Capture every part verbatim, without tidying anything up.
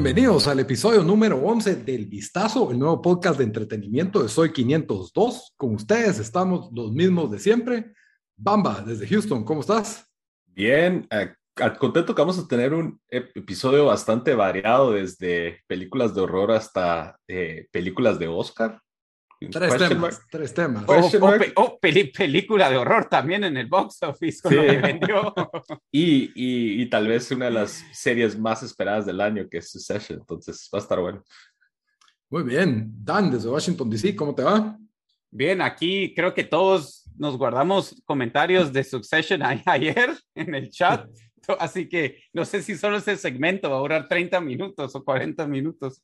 Bienvenidos al episodio número once del Vistazo, el nuevo podcast de entretenimiento de Soy quinientos dos. Con ustedes estamos los mismos de siempre. Bamba, desde Houston, ¿cómo estás? Bien, eh, contento que vamos a tener un ep- episodio bastante variado, desde películas de horror hasta eh, películas de Oscar. Tres Question mark. temas, tres temas. O, Question o mark. pe- o peli- película de horror también en el box office Sí. cuando me vendió. Y, y, y tal vez una de las series más esperadas del año, que es Succession. Entonces va a estar bueno. Muy bien. Dan, desde Washington, D C, ¿cómo te va? Bien, aquí creo que todos nos guardamos comentarios de Succession a- ayer en el chat, así que no sé si solo ese segmento va a durar treinta minutos o cuarenta minutos.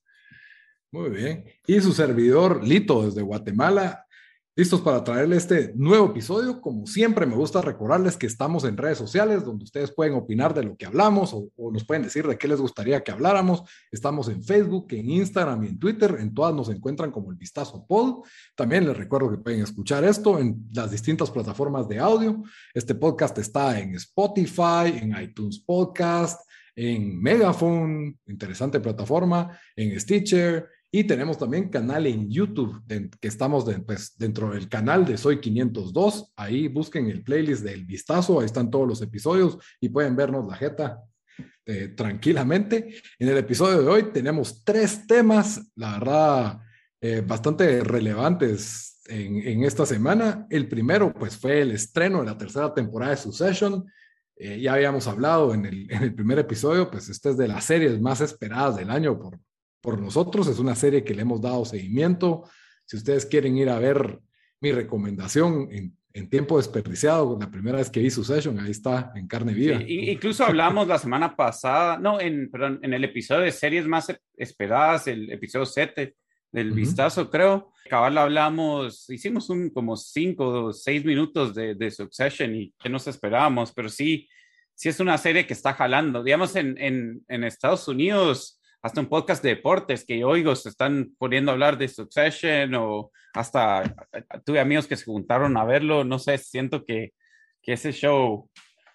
Muy bien. Y su servidor, Lito, desde Guatemala. Listos para traerle este nuevo episodio. Como siempre, me gusta recordarles que estamos en redes sociales donde ustedes pueden opinar de lo que hablamos o, o nos pueden decir de qué les gustaría que habláramos. Estamos en Facebook, en Instagram y en Twitter. En todas nos encuentran como El Vistazo Pod. También les recuerdo que pueden escuchar esto en las distintas plataformas de audio. Este podcast está en Spotify, en iTunes Podcast, en Megaphone, interesante plataforma, en Stitcher. Y tenemos también canal en YouTube, de, que estamos de, pues, dentro del canal de Soy quinientos dos. Ahí busquen el playlist del Vistazo, ahí están todos los episodios y pueden vernos la jeta eh, tranquilamente. En el episodio de hoy tenemos tres temas, la verdad, eh, bastante relevantes en, en esta semana. El primero, pues, fue el estreno de la tercera temporada de Succession. Eh, ya habíamos hablado en el, en el primer episodio, pues esta es de las series más esperadas del año por por nosotros, es una serie que le hemos dado seguimiento. Si ustedes quieren ir a ver mi recomendación en, en tiempo desperdiciado, la primera vez que vi Succession, ahí está, en carne viva. Sí, incluso hablamos la semana pasada, no, en, perdón, en el episodio de series más esperadas, el episodio siete del Uh-huh. Vistazo, creo. Cabal hablamos, hicimos un como cinco o seis minutos de, de Succession y qué nos esperábamos, pero sí, sí es una serie que está jalando. Digamos, en, en, en Estados Unidos, hasta un podcast de deportes que yo oigo se están poniendo a hablar de Succession, o hasta tuve amigos que se juntaron a verlo. No sé, siento que, que ese show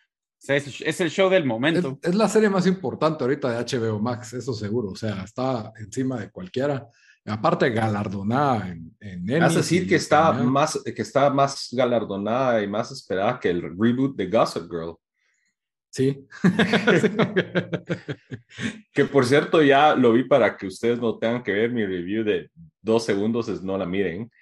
es, es el show del momento. Es, es la serie más importante ahorita de H B O Max, eso seguro. O sea, está encima de cualquiera. Aparte galardonada en, en Emmy. Vas a decir que está, más, que está más galardonada y más esperada que el reboot de Gossip Girl. Sí. Que por cierto ya lo vi, para que ustedes no tengan que ver mi review de dos segundos, es no la miren.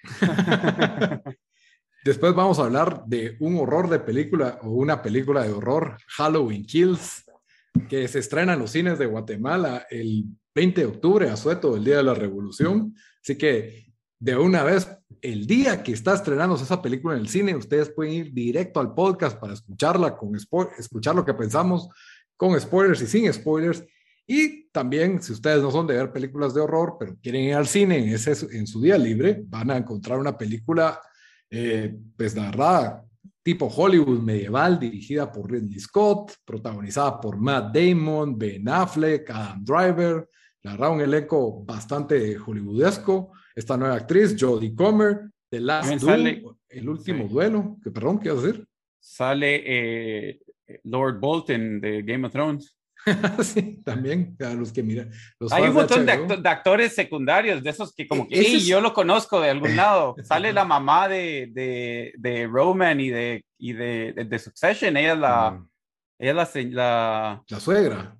Después vamos a hablar de un horror de película o una película de horror, Halloween Kills, que se estrena en los cines de Guatemala el veinte de octubre, asueto del Día de la Revolución. Así que de una vez, el día que está estrenándose esa película en el cine, ustedes pueden ir directo al podcast para escucharla, con spo- escuchar lo que pensamos, con spoilers y sin spoilers. Y también, si ustedes no son de ver películas de horror, pero quieren ir al cine en, ese, en su día libre, van a encontrar una película, eh, pues la verdad, tipo Hollywood medieval, dirigida por Ridley Scott, protagonizada por Matt Damon, Ben Affleck, Adam Driver. La verdad, un elenco bastante hollywoodesco. Esta nueva actriz, Jodie Comer, The Last Duel, el último sí. duelo. Que, perdón, ¿qué vas a decir? Sale eh, Lord Bolton de Game of Thrones. Sí, también, a los que miran. Los Hay un montón de, de, acto de actores secundarios, de esos que como que, sí, es... yo lo conozco de algún lado. Sale la mamá de, de, de Roman y de, y de, de, de Succession. Ella es la, mm. ella es la, la... La suegra.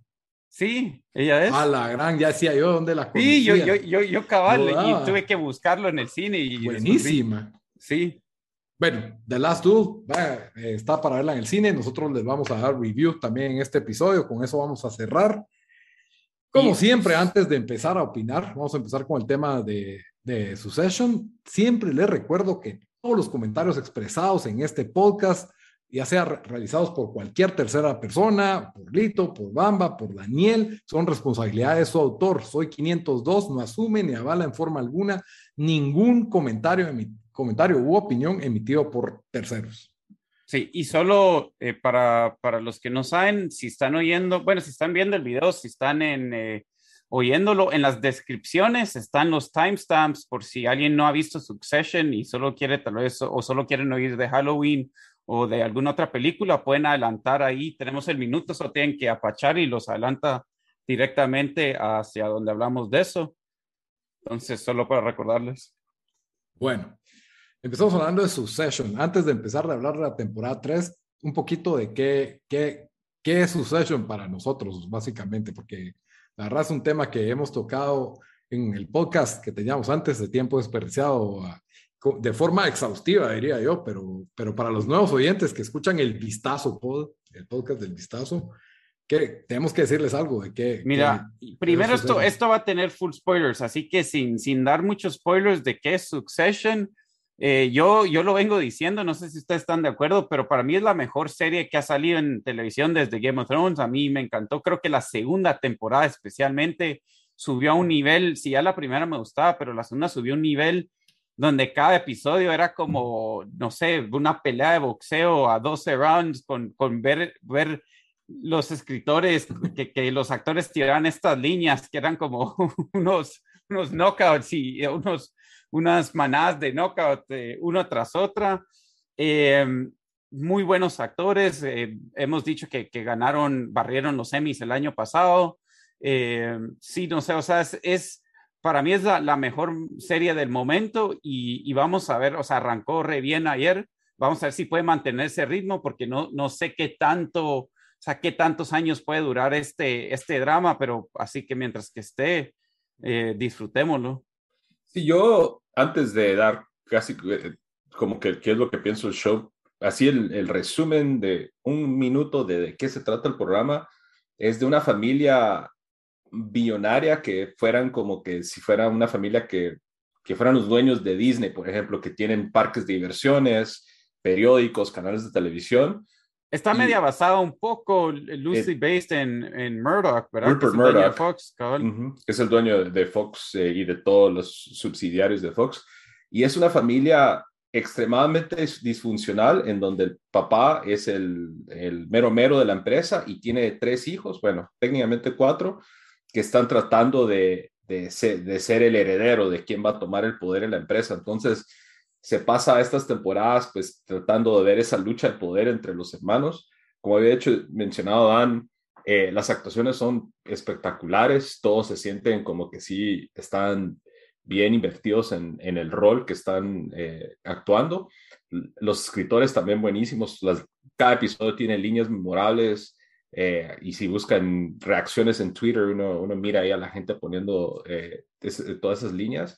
Sí, ella es. Ah, la gran, ya decía yo dónde la conocía. Sí, yo, yo, yo, yo cabal, no, y tuve que buscarlo en el cine. Y buenísima. Sí. Bueno, The Last Duel va, está para verla en el cine. Nosotros les vamos a dar review también en este episodio. Con eso vamos a cerrar. Como y, siempre, antes de empezar a opinar, vamos a empezar con el tema de, de Succession. Siempre les recuerdo que todos los comentarios expresados en este podcast, ya sea realizados por cualquier tercera persona, por Lito, por Bamba, por Daniel, son responsabilidad de su autor. Soy quinientos dos, no asume ni avala en forma alguna ningún comentario, comentario u opinión emitido por terceros. Sí, y solo eh, para, para los que no saben, si están oyendo, bueno, si están viendo el video, si están en, eh, oyéndolo, en las descripciones están los timestamps por si alguien no ha visto Succession y solo quiere tal vez, o solo quieren oír de Halloween o de alguna otra película, pueden adelantar ahí, tenemos el minuto, solo tienen que apachar y los adelanta directamente hacia donde hablamos de eso. Entonces, solo para recordarles. Bueno, empezamos hablando de Succession. Antes de empezar a hablar de la temporada tres, un poquito de qué, qué, qué es Succession para nosotros, básicamente, porque la verdad es un tema que hemos tocado en el podcast que teníamos antes de Tiempo Desperdiciado, de forma exhaustiva, diría yo, pero, pero para los nuevos oyentes que escuchan el Vistazo Pod, el podcast del Vistazo, que tenemos que decirles algo de qué. Mira, qué, primero qué esto, esto va a tener full spoilers, así que sin, sin dar muchos spoilers de qué es Succession, eh, yo, yo lo vengo diciendo, no sé si ustedes están de acuerdo, pero para mí es la mejor serie que ha salido en televisión desde Game of Thrones. A mí me encantó, creo que la segunda temporada especialmente subió a un nivel, si ya la primera me gustaba, pero la segunda subió a un nivel donde cada episodio era como, no sé, una pelea de boxeo a doce rounds con, con ver, ver los escritores, que, que los actores tiraban estas líneas que eran como unos, unos knockouts y unos, unas manadas de knockout eh, uno tras otra. Eh, muy buenos actores. Eh, hemos dicho que, que ganaron, barrieron los Emmys el año pasado. Eh, sí, no sé, o sea, es... es para mí es la, la mejor serie del momento y, y vamos a ver, o sea, arrancó re bien ayer, vamos a ver si puede mantener ese ritmo porque no, no sé qué tanto, o sea, qué tantos años puede durar este, este drama, pero así que mientras que esté, eh, disfrutémoslo. Sí, yo antes de dar casi eh, como que qué es lo que pienso del show, así el, el resumen de un minuto de, de qué se trata el programa, es de una familia billonaria que fueran como que si fuera una familia que, que fueran los dueños de Disney, por ejemplo, que tienen parques de diversiones, periódicos, canales de televisión. Está y, media basada un poco, loosely eh, based en, en Murdoch, ¿verdad? Rupert que es el dueño Murdoch, de Fox, cabal. uh-huh, que es el dueño de, de Fox eh, y de todos los subsidiarios de Fox. Y es una familia extremadamente disfuncional en donde el papá es el, el mero mero de la empresa y tiene tres hijos, bueno, técnicamente cuatro, que están tratando de, de, ser, de ser el heredero de quién va a tomar el poder en la empresa. Entonces, se pasa estas temporadas pues tratando de ver esa lucha de poder entre los hermanos. Como había hecho, mencionado Dan, eh, las actuaciones son espectaculares, todos se sienten como que sí están bien invertidos en, en el rol que están eh, actuando. Los escritores también buenísimos, las, cada episodio tiene líneas memorables. Eh, y si buscan reacciones en Twitter, uno, uno mira ahí a la gente poniendo eh, es, todas esas líneas.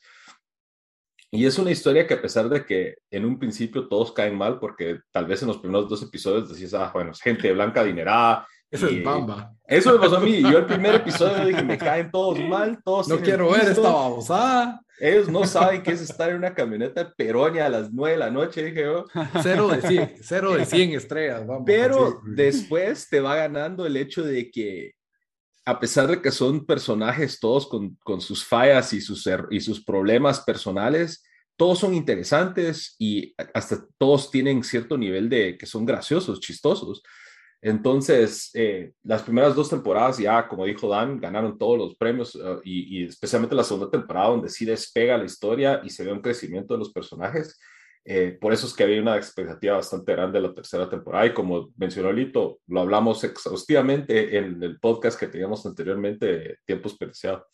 Y es una historia que a pesar de que en un principio todos caen mal, porque tal vez en los primeros dos episodios decías, ah, bueno, es gente blanca adinerada. Ese y es Bamba. Eso me pasó a mí. Yo el primer episodio dije, me caen todos mal, todos no quiero ver esta babosada. Ellos no saben qué es estar en una camioneta de Peronia a las nueve de la noche, dije yo. Cero de cien, cero de cien estrellas. Vamos, pero así. Después te va ganando el hecho de que, a pesar de que son personajes todos con, con sus fallas y sus, y sus problemas personales, todos son interesantes y hasta todos tienen cierto nivel de que son graciosos, chistosos. Entonces, eh, las primeras dos temporadas ya, como dijo Dan, ganaron todos los premios uh, y, y especialmente la segunda temporada donde sí despega la historia y se ve un crecimiento de los personajes. Eh, por eso es que había una expectativa bastante grande de la tercera temporada y como mencionó Lito, lo hablamos exhaustivamente en el podcast que teníamos anteriormente, Tiempo Desperdiciado.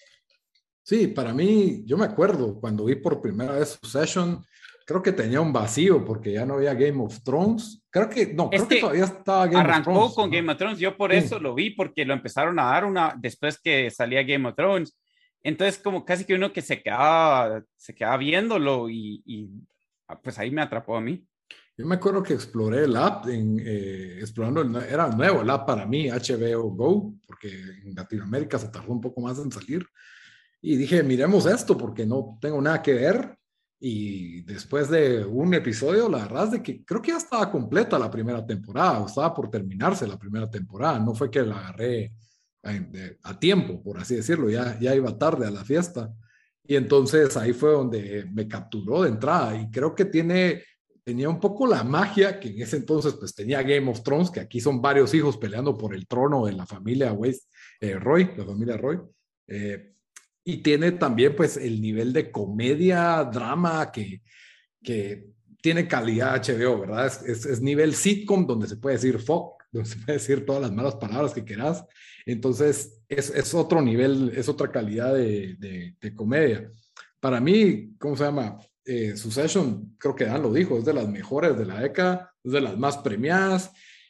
Sí, para mí, yo me acuerdo cuando vi por primera vez Succession, creo que tenía un vacío porque ya no había Game of Thrones. Creo que, no, creo Este que todavía estaba Game of Thrones. Arrancó con Game of Thrones, yo por sí. eso lo vi, porque lo empezaron a dar una, después que salía Game of Thrones. Entonces, como casi que uno que se quedaba, se quedaba viéndolo y, y pues ahí me atrapó a mí. Yo me acuerdo que exploré el app, en, eh, explorando, el, era nuevo el app para mí, H B O Go, porque en Latinoamérica se tardó un poco más en salir. Y dije, miremos esto porque no tengo nada que ver. Y después de un episodio, la verdad es de que creo que ya estaba completa la primera temporada, o estaba por terminarse la primera temporada. No fue que la agarré a, a tiempo, por así decirlo, ya, ya iba tarde a la fiesta. Y entonces ahí fue donde me capturó de entrada. Y creo que tiene, tenía un poco la magia que en ese entonces pues tenía Game of Thrones, que aquí son varios hijos peleando por el trono de la familia West, eh, Roy, la familia Roy. Eh, Y tiene también pues el nivel de comedia, drama que, que tiene calidad H B O, ¿verdad? Es, es, es nivel sitcom donde se puede decir fuck, donde se puede decir todas las malas palabras que quieras. Entonces, es, es otro nivel, es otra calidad de, de, de comedia. Para mí, ¿cómo se llama? Eh, Succession, creo que Dan lo dijo, es de las mejores de la década, es de las más premiadas,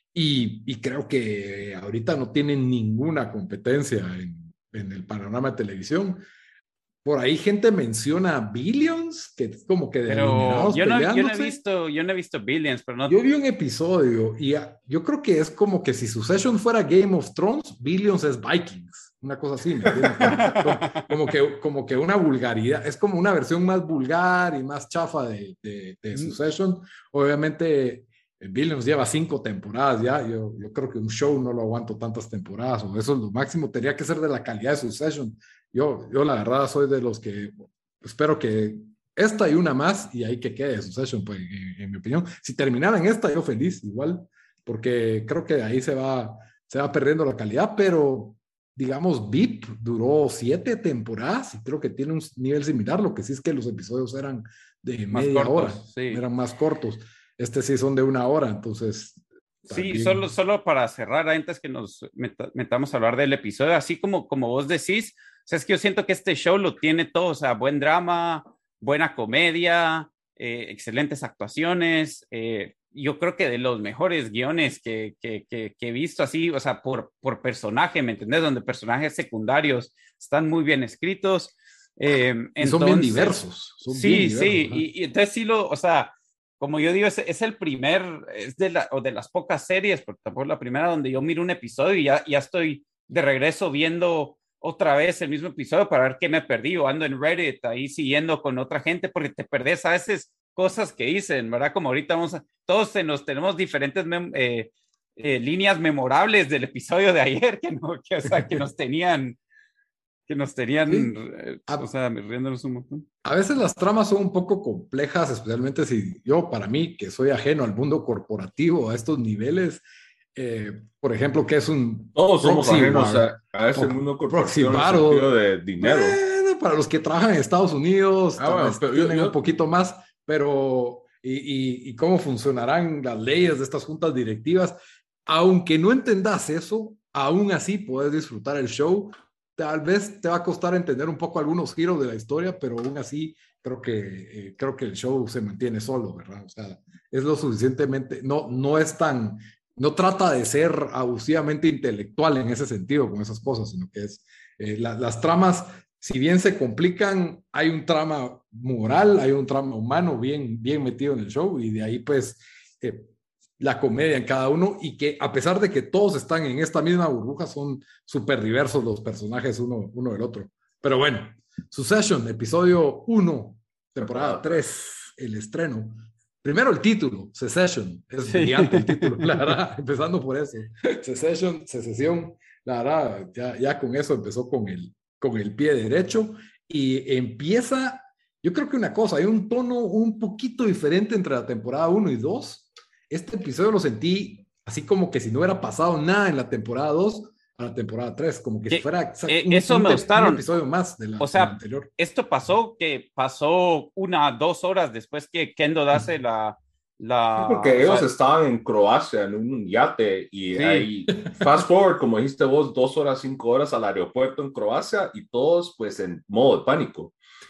y, y creo que ahorita no tienen ninguna competencia en, en el panorama de televisión. Por ahí gente menciona Billions, que es como que de Pero eliminados yo no, yo no he peleándose. visto, yo no he visto Billions, pero no. Yo vi un episodio y a, yo creo que es como que si Succession fuera Game of Thrones, Billions es Vikings, una cosa así, ¿me entiendes? Como, como, que, como que una vulgaridad, es como una versión más vulgar y más chafa de, de, de Succession. Obviamente, Billions lleva cinco temporadas ya, yo, yo creo que un show no lo aguanto tantas temporadas, o eso es lo máximo, tendría que ser de la calidad de Succession. Yo, yo la verdad soy de los que espero que esta y una más, y ahí que quede Succession, pues, en, en mi opinión. Si terminara en esta, yo feliz, igual, porque creo que ahí se va, se va perdiendo la calidad, pero, digamos, V I P duró siete temporadas y creo que tiene un nivel similar, lo que sí es que los episodios eran de Más media cortos, hora, sí. eran más cortos. Este sí son de una hora, entonces... Sí, también... solo, solo para cerrar, antes que nos meta, metamos a hablar del episodio, así como, como vos decís, o sea, es que yo siento que este show lo tiene todo, o sea, buen drama, buena comedia, eh, excelentes actuaciones, eh, yo creo que de los mejores guiones que, que, que, que he visto así, o sea, por, por personaje, ¿me entendés? Donde personajes secundarios están muy bien escritos. Eh, y entonces, son bien diversos. Son sí, bien diversos, sí, y, y entonces sí lo, o sea, como yo digo, es, es el primer, es de, la, o de las pocas series, porque tampoco es la primera donde yo miro un episodio y ya, ya estoy de regreso viendo otra vez el mismo episodio para ver qué me perdí, o ando en Reddit ahí siguiendo con otra gente, porque te perdés a veces cosas que dicen, ¿verdad? Como ahorita vamos a, todos se nos tenemos diferentes mem, eh, eh, líneas memorables del episodio de ayer, que, no, que, o sea, que nos tenían, que nos tenían, sí. eh, o sea, riéndonos un montón. A veces las tramas son un poco complejas, especialmente si yo, para mí, que soy ajeno al mundo corporativo, a estos niveles, eh, por ejemplo, que es un Todos somos ajenos war, a, a ese o, mundo proxy corporativo en el battle, sentido de dinero. Bueno, para los que trabajan en Estados Unidos, Ah, tal bueno, vez pero tienen yo, yo... un poquito más, pero y, y, y cómo funcionarán las leyes de estas juntas directivas, aunque no entendas eso, aún así puedes disfrutar el show. Tal vez te va a costar entender un poco algunos giros de la historia, pero aún así creo que, eh, creo que el show se mantiene solo, ¿verdad? O sea, es lo suficientemente, no, no es tan, no trata de ser abusivamente intelectual en ese sentido con esas cosas, sino que es, eh, la, las tramas, si bien se complican, hay un trama moral, hay un trama humano bien, bien metido en el show, y de ahí pues... Eh, la comedia en cada uno, y que a pesar de que todos están en esta misma burbuja, son súper diversos los personajes uno, uno del otro. Pero bueno, Succession, episodio uno, temporada tres, el estreno. Primero el título, Secession, es sí. brillante el título, la verdad, empezando por eso. Secession, secesión, la verdad, ya, ya con eso empezó con el, con el pie derecho, y empieza, yo creo que una cosa, hay un tono un poquito diferente entre la temporada uno y dos. Este episodio lo sentí así como que si no hubiera pasado nada en la temporada dos a la temporada tres, como que si fuera eh, un, eso un, me gustaron. un episodio más de la, o sea, de la anterior. Esto pasó que pasó una, dos horas después que Kendall hace la... la sí, porque ellos sea, estaban en Croacia en un yate y sí. ahí, fast forward, como dijiste vos, dos horas, cinco horas al aeropuerto en Croacia y todos pues en modo de pánico.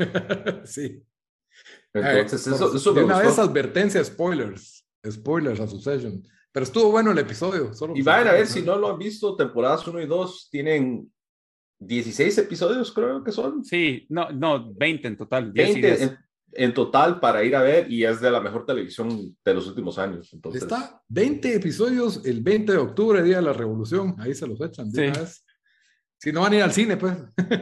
sí. Entonces, eh, eso, eso de me una gustó. vez advertencia, spoilers. Spoilers a Succession. Pero estuvo bueno el episodio. Solo y vayan a ver, si no lo han visto, temporadas uno y dos tienen dieciséis episodios, creo que son. Sí, no, no, veinte en total. veinte en, en total para ir a ver, y es de la mejor televisión de los últimos años. Entonces... Está veinte episodios el veinte de octubre, Día de la Revolución. Ahí se los echan de sí. una vez. Si no van a ir al cine, pues.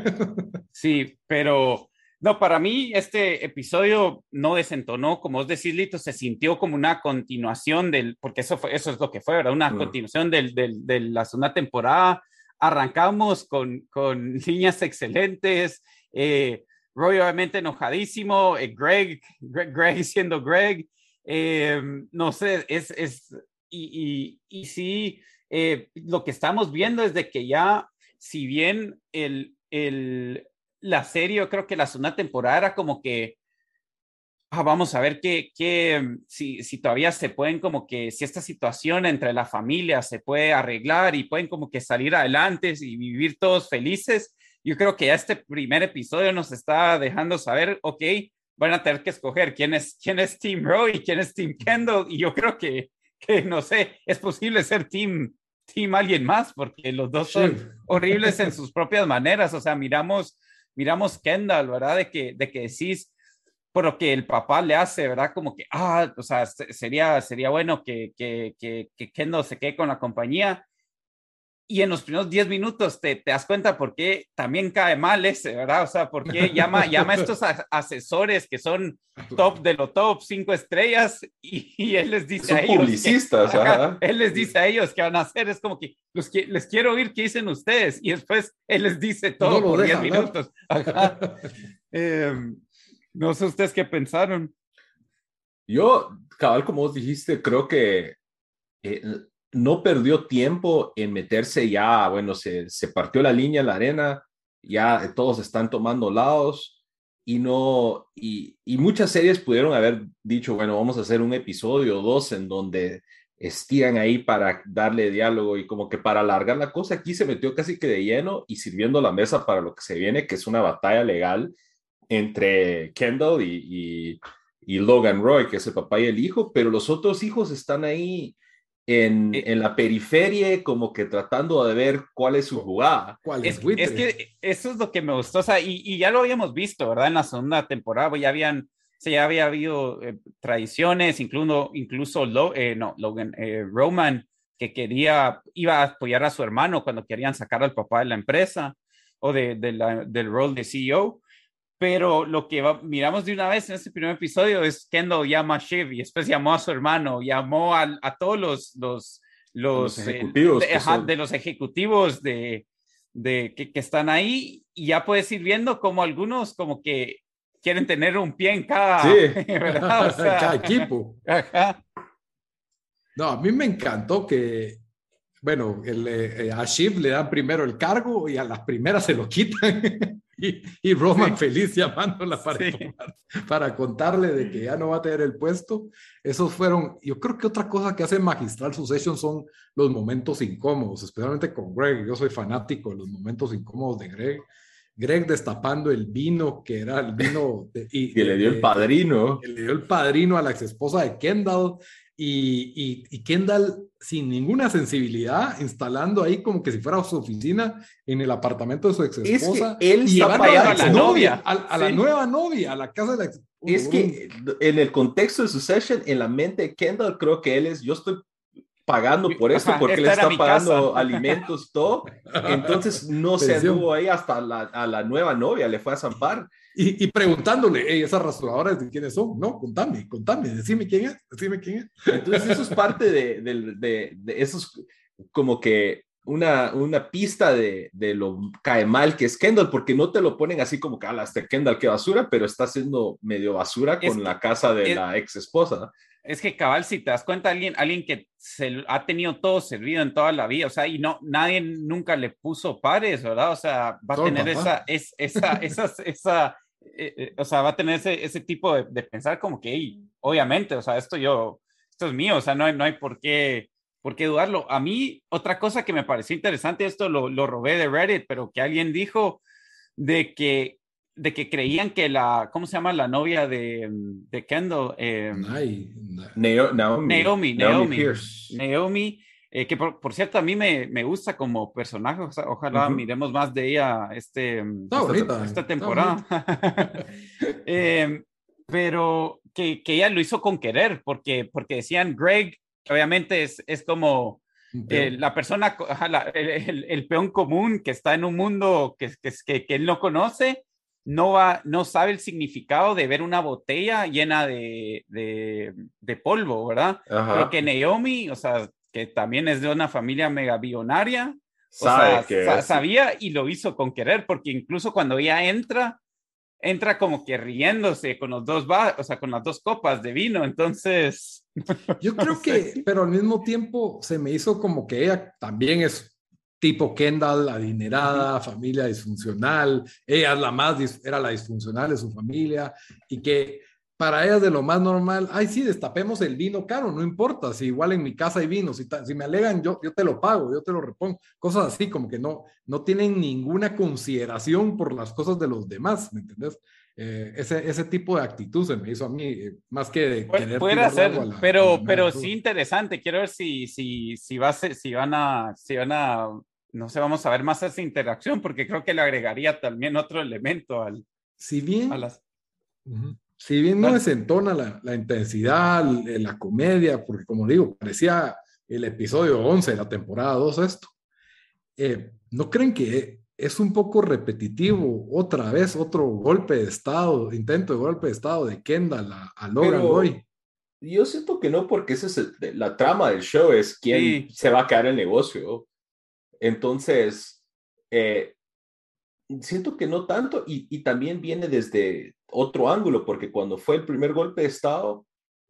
Sí, pero... No, para mí este episodio no desentonó, como vos decís, Lito, se sintió como una continuación del, porque eso, fue, eso es lo que fue, ¿verdad? Una mm. continuación del, del, de la segunda temporada. Arrancamos con, con líneas excelentes, eh, Roy obviamente enojadísimo, eh, Greg, Greg, Greg siendo Greg, eh, no sé, es, es y, y, y sí, eh, lo que estamos viendo es de que ya, si bien el, el la serie, yo creo que la segunda temporada era como que ah, vamos a ver qué, qué si, si todavía se pueden como que, si esta situación entre la familia se puede arreglar y pueden como que salir adelante y vivir todos felices. Yo creo que ya este primer episodio nos está dejando saber, ok, van a tener que escoger quién es, quién es Team Roy y quién es Team Kendall. Y yo creo que, que no sé, es posible ser Team, team alguien más, porque los dos son Sí. horribles en sus propias maneras. O sea, miramos, miramos Kendall, ¿verdad? De que, de que decís, por lo que el papá le hace, ¿verdad? Como que, ah, o sea, sería, sería bueno que, que, que, que Kendall se quede con la compañía. Y en los primeros diez minutos te, te das cuenta por qué también cae mal ese, ¿verdad? O sea, por qué llama, llama a estos a, asesores que son top de lo top, cinco estrellas, y, y él les dice Son a ellos. publicistas, que, ajá, ajá. él les dice a ellos qué van a hacer. Es como que los, les quiero oír qué dicen ustedes. Y después él les dice todo No por diez deja, minutos. Ajá. eh, no sé ustedes qué pensaron. Yo, cabal, como vos dijiste, creo que eh, no perdió tiempo en meterse ya, bueno, se, se partió la línea en la arena, ya todos están tomando lados y no, y, y muchas series pudieron haber dicho, bueno, vamos a hacer un episodio o dos en donde estiran ahí para darle diálogo y como que para alargar la cosa. Aquí se metió casi que de lleno y sirviendo la mesa para lo que se viene, que es una batalla legal entre Kendall y, y, y Logan Roy, que es el papá y el hijo, pero los otros hijos están ahí en, Eh, en la periferia, como que tratando de ver cuál es su jugada. ¿Cuál Es, es es buitre? que eso es lo que me gustó, o sea, y, y ya lo habíamos visto, ¿verdad? En la segunda temporada, pues ya habían, o sea, ya había habido eh, tradiciones, incluso, incluso Lo, eh, no, Logan, eh, Roman, que quería, iba a apoyar a su hermano cuando querían sacar al papá de la empresa o de, de la, del rol de C E O. Pero lo que va, miramos de una vez en este primer episodio es Kendall llama a Shiv y después llamó a su hermano, llamó a, a todos los, los, A los los eh, ejecutivos de, que ajá, son. de los ejecutivos de, de que, que, están ahí, y ya puedes ir viendo como algunos como que quieren tener un pie en cada, Sí. ¿verdad? O sea, Cada equipo. ajá. No, a mí me encantó que, bueno, el, eh, a Shiv le dan primero el cargo y a las primeras se lo quitan. y, y Roman Sí. feliz llamándola para, Sí. tomar, para contarle de que ya no va a tener el puesto. Esos fueron, yo creo que otra cosa que hace magistral Succession son los momentos incómodos, especialmente con Greg. Yo soy fanático de los momentos incómodos de Greg. Greg destapando el vino, que era el vino de, y, Que de, le dio el de, padrino. que le dio el padrino a la ex esposa de Kendall. Y, y, y Kendall sin ninguna sensibilidad instalando ahí como que si fuera su oficina en el apartamento de su ex esposa, es que él y está llevando a la, a la novia, a, a sí. la nueva novia a la casa de la ex. Es que en el contexto de Succession, en la mente de Kendall, creo que él es, yo estoy pagando por esto, Ajá, porque él esta está pagando alimentos, todo. Entonces no se anduvo ahí hasta la, a la nueva novia, le fue a zampar. Y, y preguntándole, hey, esas rastreadoras de quiénes son. No, contame, contame, decime quién es, decime quién es. Entonces eso es parte de, de, de, de esos, como que una, una pista de, de lo cae mal que es Kendall, porque no te lo ponen así como que, ala, este Kendall, qué basura, pero está haciendo medio basura con Es la que, casa de es, la ex esposa. Es que cabal, si te das cuenta, alguien, alguien que se ha tenido todo servido en toda la vida, o sea, y no, nadie nunca le puso pares, ¿verdad? O sea, va a Solo tener papá. esa, es, esa, esa, esa eh, eh, o sea, va a tener ese, ese tipo de, de pensar como que, hey, obviamente, o sea, esto yo, esto es mío, o sea, no hay, no hay por qué, por qué dudarlo. A mí, otra cosa que me pareció interesante, esto lo, lo robé de Reddit, pero que alguien dijo de que de que creían que la, ¿cómo se llama la novia de, de Kendall? Eh, Ay, Neo, Naomi, Naomi, Naomi, Naomi, Pierce. Naomi, eh, que por, por cierto a mí me, me gusta como personaje, o sea, ojalá Uh-huh. miremos más de ella este, está esta, bonita, esta está temporada. bonita. eh, pero que, que ella lo hizo con querer, porque, porque decían Greg, obviamente es, es como eh, la persona, la, el, el, el peón común que está en un mundo que, que, que, que él no conoce. No, va, no sabe el significado de ver una botella llena de, de, de polvo, ¿verdad? Ajá. Pero que Naomi, o sea, que también es de una familia mega billonaria, Sabe o sea, que sa es... sabía y lo hizo con querer, porque incluso cuando ella entra, entra como que riéndose con los dos, va o sea, con las dos copas de vino, entonces... Yo creo no sé. que, pero al mismo tiempo se me hizo como que ella también es tipo Kendall, adinerada, uh-huh. familia disfuncional, ella es la más, era la disfuncional de su familia, y que para ellas de lo más normal, ay, sí, destapemos el vino caro, no importa, si igual en mi casa hay vino, si, ta, si me alegan, yo, yo te lo pago, yo te lo repongo, cosas así, como que no, no tienen ninguna consideración por las cosas de los demás, ¿me entendés? Eh, ese, ese tipo de actitud se me hizo a mí, eh, más que de Pu querer pudiera tirar ser, agua a la, a pero, la pero cruda. sí interesante. Quiero ver si, si, si, va a ser, si, van a, si van a, no sé, vamos a ver más esa interacción, porque creo que le agregaría también otro elemento al, Si a bien, las... uh-huh, si bien no Dale. desentona la, la intensidad, la, la comedia, porque como digo, parecía el episodio once de la temporada dos esto. Eh, ¿no creen que es un poco repetitivo otra vez otro golpe de estado, intento de golpe de estado de Kendall a, a Logan Pero Roy? yo siento que no, porque ese es el- la trama del show, es quién Sí, se va a quedar el negocio. Entonces, eh, siento que no tanto, y, y también viene desde otro ángulo, porque cuando fue el primer golpe de estado,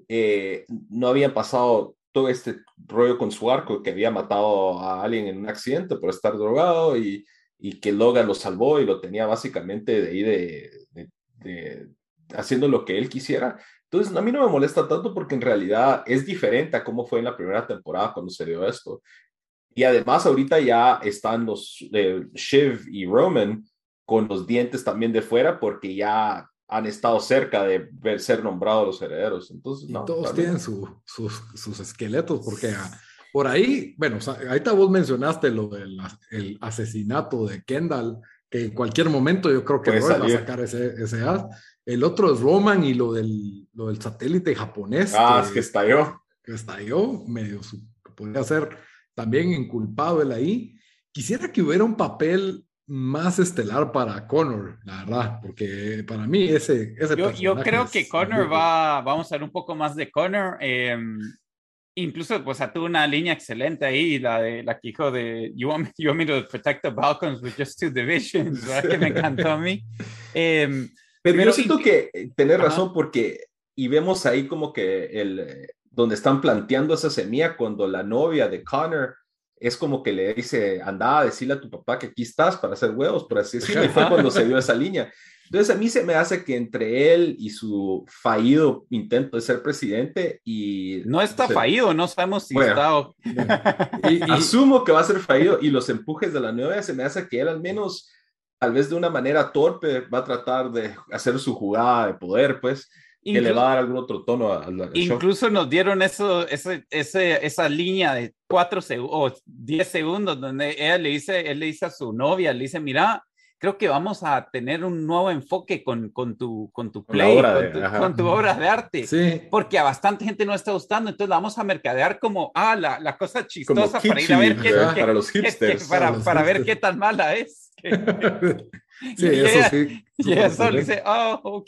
eh, no había pasado todo este rollo con su arco, que había matado a alguien en un accidente por estar drogado, y, y que Logan lo salvó y lo tenía básicamente de ahí de, de, de haciendo lo que él quisiera. Entonces, a mí no me molesta tanto, porque en realidad es diferente a cómo fue en la primera temporada cuando se dio esto. Y además ahorita ya están los eh, Shiv y Roman con los dientes también de fuera, porque ya han estado cerca de ver, ser nombrados los herederos. Entonces, Y no, todos para mí tienen no. su, sus, sus esqueletos, porque a, por ahí, bueno, o sea, ahorita vos mencionaste lo del el asesinato de Kendall, que en cualquier momento yo creo que Puede Roy va a salir. sacar ese, ese as. El otro es Roman y lo del, lo del satélite japonés Ah, es que que, estalló. que estalló, medio su, podría ser también inculpado él ahí. Quisiera que hubiera un papel más estelar para Connor, la verdad, porque para mí ese, ese yo, yo personaje creo que es Connor magnífico. va, vamos a ver un poco más de Connor. Eh, incluso, pues, tuvo una línea excelente ahí, la de la que dijo de you want, me, you want me to protect the Balkans with just two divisions, ¿verdad? Que me encantó a mí. Eh, Pero yo pero, siento que tener ajá, razón, porque, y vemos ahí como que el, eh, donde están planteando esa semilla, cuando la novia de Connor es como que le dice, anda a decirle a tu papá que aquí estás para hacer huevos, por así decirlo, y fue ajá. cuando se dio esa línea. Entonces a mí se me hace que entre él y su fallido intento de ser presidente y, No o está sea, fallido, no sabemos si bueno, está... o- Bueno, y, y, asumo que va a ser fallido, y los empujes de la novia se me hace que él al menos, tal vez de una manera torpe, va a tratar de hacer su jugada de poder, pues, que le va Inclu a dar algún otro tono al, al show. incluso nos dieron eso, ese, ese, esa línea de cuatro o diez segundos donde ella le dice, él le dice a su novia, le dice, mira, creo que vamos a tener un nuevo enfoque con, con, tu, con tu Con la play, obra con de, tu, con ajá, tu obra de arte, sí, porque a bastante gente no está gustando, entonces la vamos a mercadear como, ah, la, la cosa como chistosa para ir a kitschy, ver qué, ¿verdad? ajá, qué, Para los qué, qué hipsters. para para, los para ver qué hipsters. tan mala es. Sí, y eso ella, sí, y súper ella solo ocurrente. dice, oh, ok.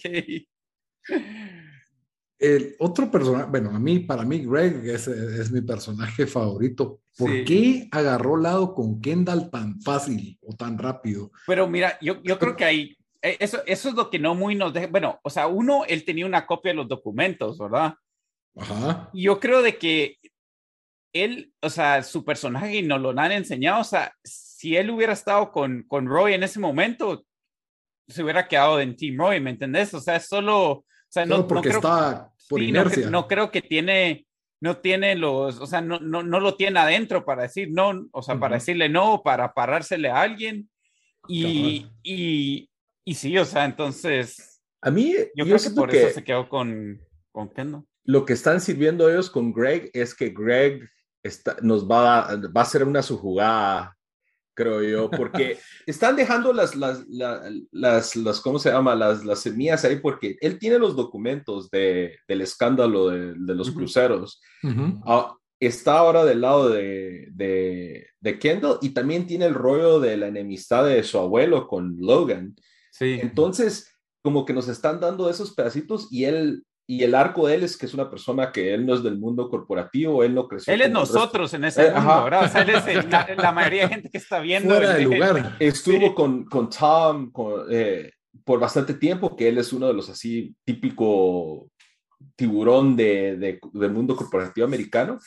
El otro personaje, bueno, a mí, para mí, Greg es, es mi personaje favorito. ¿Por Sí. qué agarró lado con Kendall tan fácil o tan rápido? Pero mira, yo, yo creo que ahí, eh, eso, eso es lo que no muy nos deja, bueno, o sea, uno, él tenía una copia de los documentos, ¿verdad? Ajá, Y yo creo de que él, o sea, su personaje y nos lo han enseñado, o sea, si él hubiera estado con, con Roy en ese momento, se hubiera quedado en Team Roy, ¿me entendés? O sea, es solo, o sea, solo no, no porque creo, está por sí, no, inercia. no creo que tiene, no tiene los, o sea, no, no, no lo tiene adentro para decir no, o sea, para Ujú, decirle no, para parársele a alguien. cabal. Y, y, y sí, o sea, entonces A mí, yo yo creo que siento por eso que se quedó con, con Kendall. lo que están sirviendo ellos con Greg es que Greg está, nos va, a- va a hacer una su jugada, creo yo, porque están dejando las, las, las, las, las ¿cómo se llama? Las, las semillas ahí, porque él tiene los documentos de, del escándalo de, de los Ujú. cruceros. Ujú. Ah, está ahora del lado de, de, de Kendall, y también tiene el rollo de la enemistad de su abuelo con Logan. Sí. Entonces, como que nos están dando esos pedacitos, y él, y el arco de él es que es una persona que él no es del mundo corporativo, él no creció Él es como el resto. nosotros en ese Eh, mundo, ajá. ¿verdad? O sea, él es el, la, la, mayoría de gente que está viendo Fuera el... de el lugar. Estuvo sí. con, con Tom con, eh, por bastante tiempo, que él es uno de los así típico tiburón de, de, del mundo corporativo americano.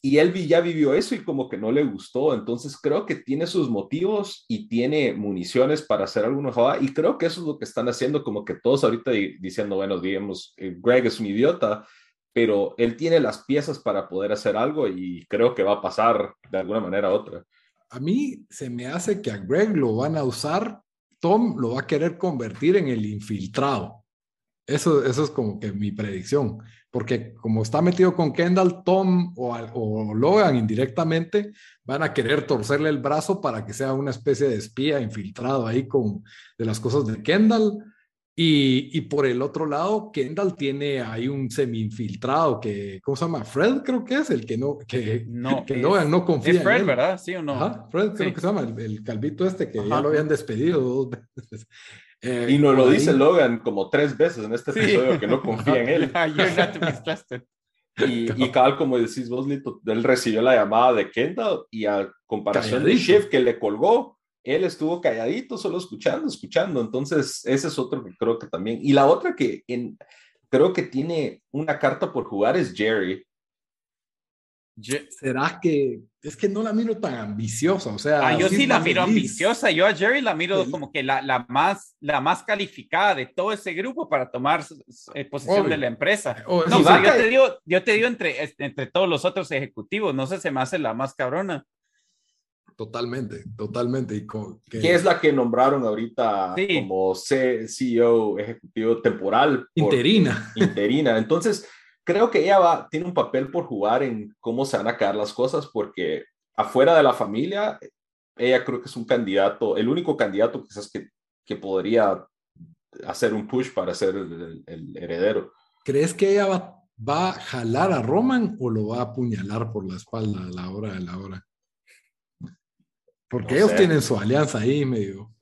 y él vi, ya vivió eso y como que no le gustó, entonces creo que tiene sus motivos y tiene municiones para hacer alguna jugada, y creo que eso es lo que están haciendo, como que todos ahorita di, diciendo, bueno, digamos, eh, Greg es un idiota, pero él tiene las piezas para poder hacer algo y creo que va a pasar de alguna manera a otra. A mí se me hace que a Greg lo van a usar, Tom lo va a querer convertir en el infiltrado. Eso, eso es como que mi predicción, porque como está metido con Kendall, Tom o, o Logan indirectamente van a querer torcerle el brazo para que sea una especie de espía infiltrado ahí con de las cosas de Kendall. Y, y por el otro lado, Kendall tiene ahí un semi-infiltrado que, ¿cómo se llama? Fred creo que es el que no, que, no, que es, Logan no confía es Fred, en él. ¿verdad? ¿Sí o no? Ajá, Fred creo sí. que se llama, el, el calvito este que Ajá. ya lo habían despedido dos veces. Eh, y nos lo ahí... dice Logan como tres veces en este sí. episodio que no confía Ajá. en él. You're not to be trusted. Y, y cabal, como decís vos, Lito, él recibió la llamada de Kendall y a comparación Calladito. de Shiv que le colgó, él estuvo calladito, solo escuchando, escuchando. Entonces, ese es otro que creo que también. Y la otra que en, creo que tiene una carta por jugar es Jerry. ¿Será que es que no la miro tan ambiciosa? O sea, ah, yo sí, sí la miro feliz. ambiciosa. Yo a Jerry la miro sí. como que la, la, más, la más calificada de todo ese grupo para tomar eh, posesión Obvio. de la empresa. Obvio. No, sí, pero yo te digo, yo te digo entre, entre todos los otros ejecutivos, no sé, se me hace la más cabrona. Totalmente, totalmente. Y con, que... ¿Qué es la que nombraron ahorita sí. como C E O ejecutivo temporal? Interina. Interina. Entonces, creo que ella va, tiene un papel por jugar en cómo se van a quedar las cosas, porque afuera de la familia, ella creo que es un candidato, el único candidato quizás que, que podría hacer un push para ser el, el heredero. ¿Crees que ella va, va a jalar a Roman o lo va a apuñalar por la espalda a la hora de la hora? Porque no ellos sé. tienen su alianza ahí medio.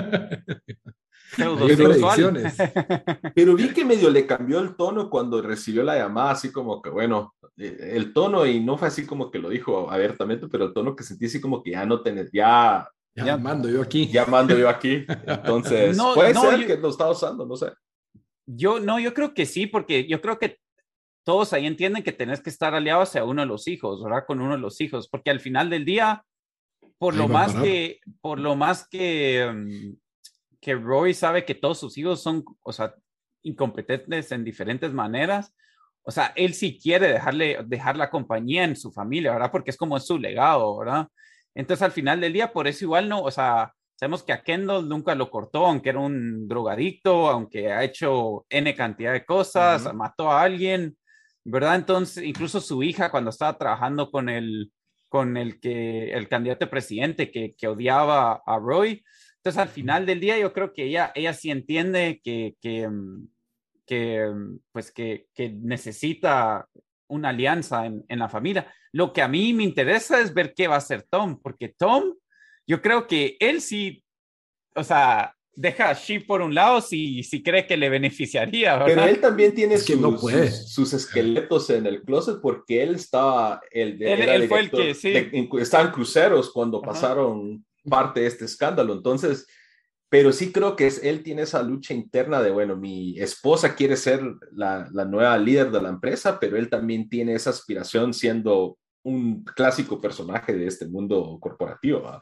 Hay predicciones. Pero vi que medio le cambió el tono cuando recibió la llamada, así como que, bueno, el tono, y no fue así como que lo dijo abiertamente, pero el tono que sentí así como que ya no tenés, ya... Ya, ya mando yo aquí. Ya mando yo aquí. Entonces, no, puede no, ser yo, que lo está usando, no sé. Yo, no, yo creo que sí, porque yo creo que todos ahí entienden que tenés que estar aliado hacia uno de los hijos, ¿verdad? Con uno de los hijos, porque al final del día, por, lo más que, por lo más que... Um, que Roy sabe que todos sus hijos son, o sea, incompetentes en diferentes maneras. O sea, él sí quiere dejarle, dejar la compañía en su familia, ¿verdad? Porque es como es su legado, ¿verdad? Entonces, al final del día, por eso igual no, o sea, sabemos que a Kendall nunca lo cortó, aunque era un drogadicto, aunque ha hecho N cantidad de cosas, uh-huh. mató a alguien, ¿verdad? Entonces, incluso su hija, cuando estaba trabajando con el, con el, que, el candidato a presidente que, que odiaba a Roy. Entonces, al final del día, yo creo que ella, ella sí entiende que, que, que, pues que, que necesita una alianza en, en la familia. Lo que a mí me interesa es ver qué va a hacer Tom, porque Tom, yo creo que él sí, o sea, deja a Shiv por un lado si, si cree que le beneficiaría, ¿verdad? Pero él también tiene es que sus, no puede. sus, sus esqueletos en el closet, porque él estaba, el de, él, era él fue el que, sí. de, en, estaba en cruceros cuando Ajá. pasaron parte de este escándalo, entonces, pero sí creo que es, él tiene esa lucha interna de, bueno, mi esposa quiere ser la, la nueva líder de la empresa, pero él también tiene esa aspiración siendo un clásico personaje de este mundo corporativo, ¿verdad?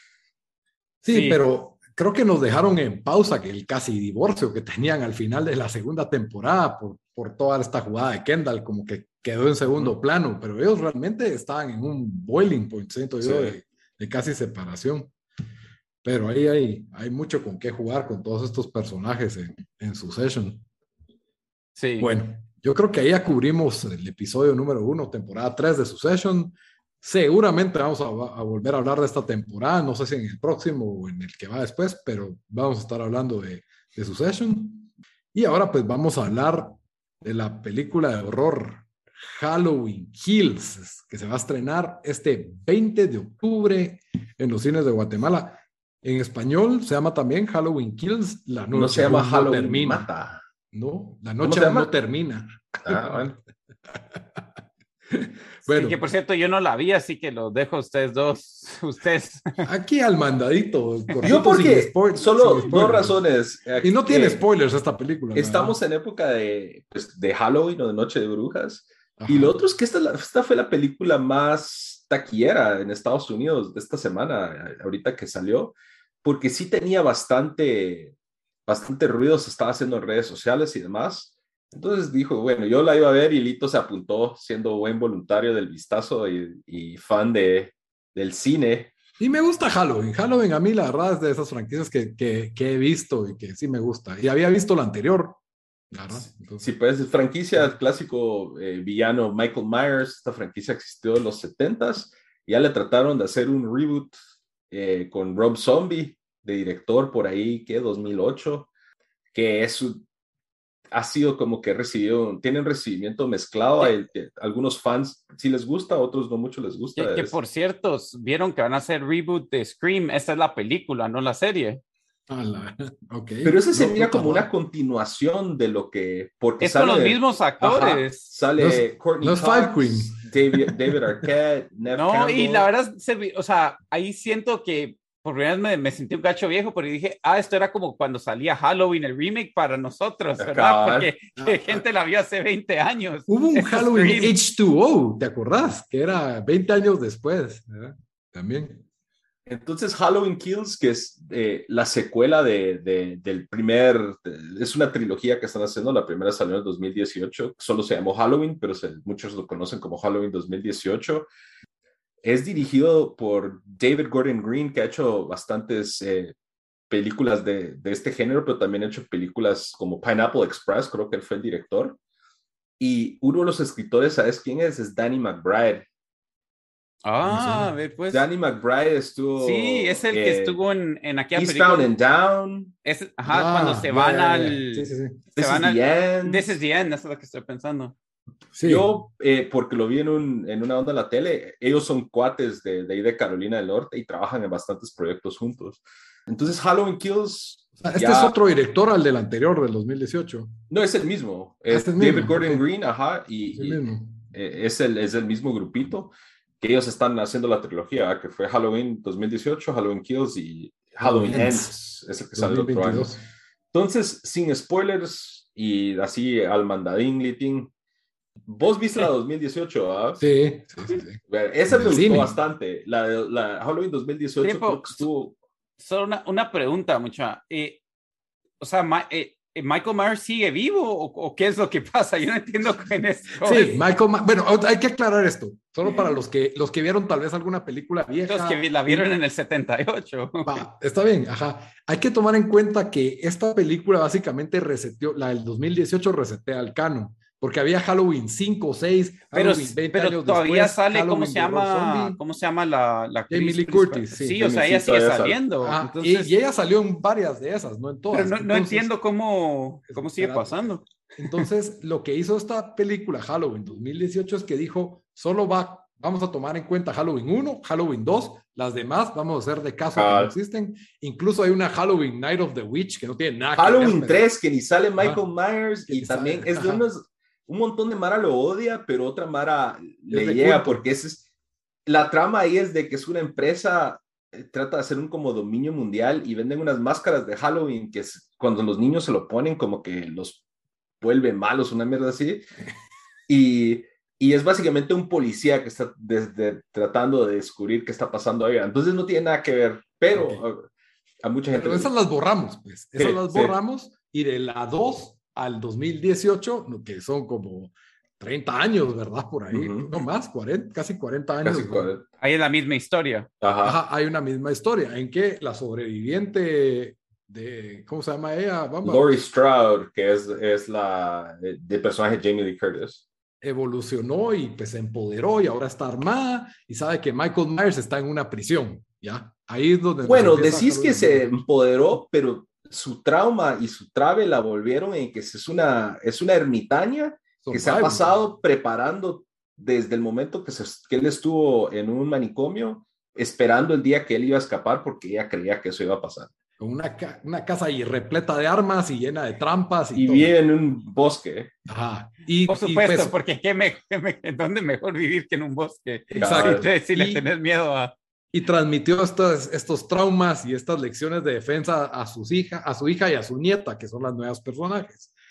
Sí, sí, pero creo que nos dejaron en pausa que el casi divorcio que tenían al final de la segunda temporada por, por toda esta jugada de Kendall, como que quedó en segundo uh-huh. plano, pero ellos realmente estaban en un boiling point, siento yo, sí. de, de casi separación. Pero ahí hay, hay mucho con qué jugar con todos estos personajes en, en Succession. Sí. Bueno, yo creo que ahí ya cubrimos el episodio número uno, temporada tres de Succession. Seguramente vamos a, a volver a hablar de esta temporada, no sé si en el próximo o en el que va después, pero vamos a estar hablando de, de Succession. Y ahora pues vamos a hablar de la película de horror Halloween Kills, que se va a estrenar este veinte de octubre en los cines de Guatemala. En español se llama también Halloween Kills. La noche no se llama no Halloween termina. Mata. No, la noche aún no termina. Ah, bueno. Bueno. Sí, que por cierto yo no la vi, así que los dejo a ustedes dos. Ustedes. Aquí al mandadito. Yo porque spoil- solo dos razones. Y no tiene spoilers esta película. Estamos ¿verdad? En época de, pues, de Halloween o de Noche de Brujas. Ajá. Y lo otro es que esta, esta fue la película más taquillera en Estados Unidos de esta semana, ahorita que salió, porque sí tenía bastante, bastante ruido, se estaba haciendo en redes sociales y demás. Entonces dijo, bueno, yo la iba a ver y Lito se apuntó siendo buen voluntario del vistazo y, y fan de, del cine. Y me gusta Halloween. Halloween a mí la verdad es de esas franquicias que, que, que he visto y que sí me gusta. Y había visto la anterior. Entonces, sí, pues franquicia, el clásico eh, villano Michael Myers, esta franquicia existió en los setentas, ya le trataron de hacer un reboot eh, con Rob Zombie, de director por ahí, que dos mil ocho, que es un, ha sido como que recibió, tienen recibimiento mezclado, hay, algunos fans sí les gusta, otros no mucho les gusta. Que, que por cierto, vieron que van a hacer reboot de Scream, esta es la película, no la serie. Ah, la, okay. Pero ese se no, mira no, como no. una continuación de lo que... Porque es sale, con los mismos actores. Ajá, sale no es, Courtney no es Cox, Five Queen. David, David Arquette, Neve No, Campbell. y la verdad, se, o sea, ahí siento que por primera vez me, me sentí un gacho viejo, porque dije, ah, esto era como cuando salía Halloween, el remake para nosotros, ¿verdad? Acá, Porque que gente la vio hace veinte años. Hubo un Esto Halloween Scream. H dos O, ¿te acordás? Que era veinte años después, ¿verdad? También. Entonces Halloween Kills, que es eh, la secuela de, de, del primer, de, es una trilogía que están haciendo, la primera salió en el dos mil dieciocho, solo se llamó Halloween, pero se, muchos lo conocen como Halloween dos mil dieciocho. Es dirigido por David Gordon Green, que ha hecho bastantes eh, películas de, de este género, pero también ha hecho películas como Pineapple Express, creo que él fue el director. Y uno de los escritores, ¿sabes quién es? Es Danny McBride. Ah, a ver, pues. Danny McBride estuvo... Sí, es el eh, que estuvo en, en aquella Eastbound película. and Down. Es, ajá, Ah, cuando se ya, van ya, ya. al... Sí, sí, sí. Se This van is the al... end. This is the end, eso es lo que estoy pensando. Sí. Yo, eh, porque lo vi en, un, en una onda en la tele, ellos son cuates de, de ahí de Carolina del Norte y trabajan en bastantes proyectos juntos. Entonces, Halloween Kills... Este ya... es otro director al del anterior, del dos mil dieciocho. No, es el mismo. Ah, Es este es David mismo, Gordon ok. Green, ajá, y, Es el y, mismo. eh, es, el, es el mismo grupito que ellos están haciendo la trilogía, ¿eh? Que fue Halloween dos mil dieciocho, Halloween Kills y Halloween, Halloween Ends. Ends, es el que sale el otro año. Entonces, sin spoilers y así al mandadín, Litín, vos viste la dos mil dieciocho, ¿ah? Sí, sí, sí, sí. Esa me gustó cine. bastante. La, la Halloween dos mil dieciocho Tiempo. creo que estuvo... Solo una, una pregunta, mucha. Eh, o sea, Ma, eh, ¿Michael Myers sigue vivo o, o qué es lo que pasa? Yo no entiendo en esto. Sí, Michael Ma bueno, hay que aclarar esto, solo para los que, los que vieron tal vez alguna película vieja. Los que la vieron en el setenta y ocho. Va, está bien, ajá. Hay que tomar en cuenta que esta película básicamente reseteó, la del dos mil dieciocho resetea el canon, porque había Halloween cinco, seis, pero, Halloween veinte pero años todavía después, sale, Halloween ¿cómo se de Rob llama? Zombie. ¿Cómo se llama la, la Jamie actriz Lee principal? Curtis, sí. Sí, o sea, Jamie ella sí, sigue todavía saliendo. Ah, Entonces, y, y ella salió en varias de esas, no en todas. pero no, no Entonces, entiendo cómo, cómo sigue espérate. pasando. Entonces, lo que hizo esta película Halloween dos mil dieciocho es que dijo, solo va, vamos a tomar en cuenta Halloween uno, Halloween dos, las demás vamos a hacer de caso Ah. que no existen. Incluso hay una Halloween Night of the Witch que no tiene nada Halloween que ver. tres, que ni sale Michael Ajá. Myers, Que y ni también sale, es de ajá. unos, un montón de Mara lo odia, pero otra Mara le de llega, culto. porque ese es, la trama ahí es de que es una empresa, eh, trata de hacer un como dominio mundial y venden unas máscaras de Halloween que es, cuando los niños se lo ponen como que los vuelve malos, una mierda así, y, y es básicamente un policía que está desde, tratando de descubrir qué está pasando ahí, entonces no tiene nada que ver, pero Ok. a, a mucha gente... Pero esas las borramos, pues. Esas Sí, las sí. borramos y de la dos al dos mil dieciocho, que son como treinta años, ¿verdad? Por ahí, Ujú. no más, cuarenta, casi cuarenta años. Casi ¿no? cuarenta. Ahí es la misma historia. Ajá. Ajá, hay una misma historia en que la sobreviviente de, ¿cómo se llama ella? Bamba, Laurie Strode, que es, es la de, de personaje Jamie Lee Curtis. evolucionó y pues se empoderó y ahora está armada y sabe que Michael Myers está en una prisión, ¿ya? Ahí es donde... Bueno, empieza decís que se Halloween. empoderó, pero su trauma y su trave la volvieron en que es una, es una ermitaña que se ha Survival. pasado preparando desde el momento que, se, que él estuvo en un manicomio, esperando el día que él iba a escapar porque ella creía que eso iba a pasar. Con una, ca una casa ahí repleta de armas y llena de trampas y, Y todo. vive en un bosque. Ajá. Y, Por y, supuesto, pues, porque ¿qué me, qué me, ¿dónde mejor vivir que en un bosque? Exacto. Si, te- si le Y- tenés miedo a... y transmitió estos, estos traumas y estas lecciones de defensa a sus hijas, a su hija y a su nieta, que son las nuevas personajes.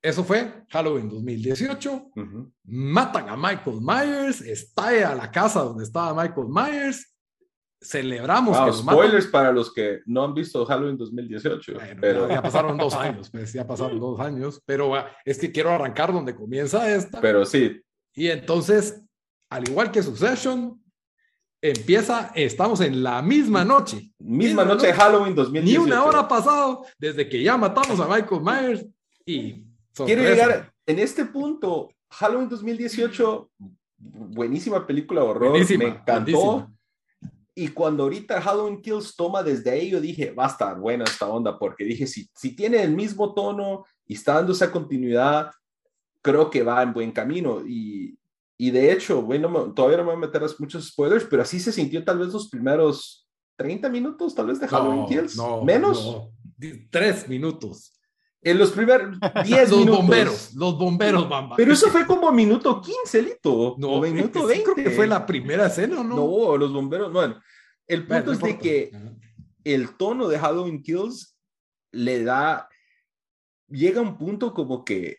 eso fue Halloween dos mil dieciocho. Uh-huh. Matan a Michael Myers, estalla la casa donde estaba Michael Myers. Celebramos wow, que lo spoilers matan. para los que no han visto Halloween dos mil dieciocho. Bueno, pero... ya, ya pasaron dos años, pues ya pasaron dos años, pero uh, es que quiero arrancar donde comienza esta. Pero sí. Y entonces, al igual que Succession, empieza, estamos en la misma noche. Misma, misma noche, noche de Halloween dos mil dieciocho. Ni una hora ha pasado desde que ya matamos a Michael Myers y... sorpresa. Quiero llegar en este punto, Halloween dos mil dieciocho, buenísima película de horror, buenísima, me encantó. Buenísima. Y cuando ahorita Halloween Kills toma desde ahí, yo dije, va a estar buena esta onda, porque dije, si, si tiene el mismo tono y está dando esa continuidad, creo que va en buen camino. Y, y de hecho, bueno, todavía no me voy a meter a muchos spoilers, pero así se sintió tal vez los primeros treinta minutos, tal vez, de Halloween no, Kills. No, ¿Menos? No. Tres minutos. En los primeros diez los minutos. Bomberos, los bomberos, bamba. Pero eso fue como minuto quince, Lito. No, o minuto veinte. Creo que fue la primera escena, ¿no? No, los bomberos, bueno. El punto bueno, es no de que uh-huh. el tono de Halloween Kills le da, llega a un punto como que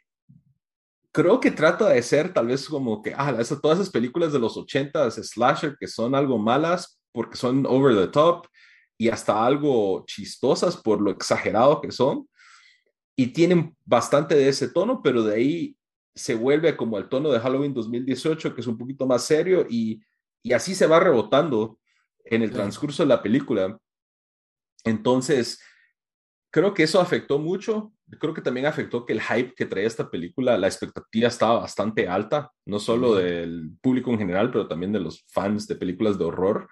creo que trata de ser tal vez como que, ah, esas, todas esas películas de los ochentas, slasher, que son algo malas porque son over the top y hasta algo chistosas por lo exagerado que son. Y tienen bastante de ese tono, pero de ahí se vuelve como el tono de Halloween dos mil dieciocho, que es un poquito más serio, y, y así se va rebotando en el transcurso de la película. Entonces, creo que eso afectó mucho. Creo que también afectó que el hype que traía esta película, la expectativa estaba bastante alta, no solo del público en general, pero también de los fans de películas de horror,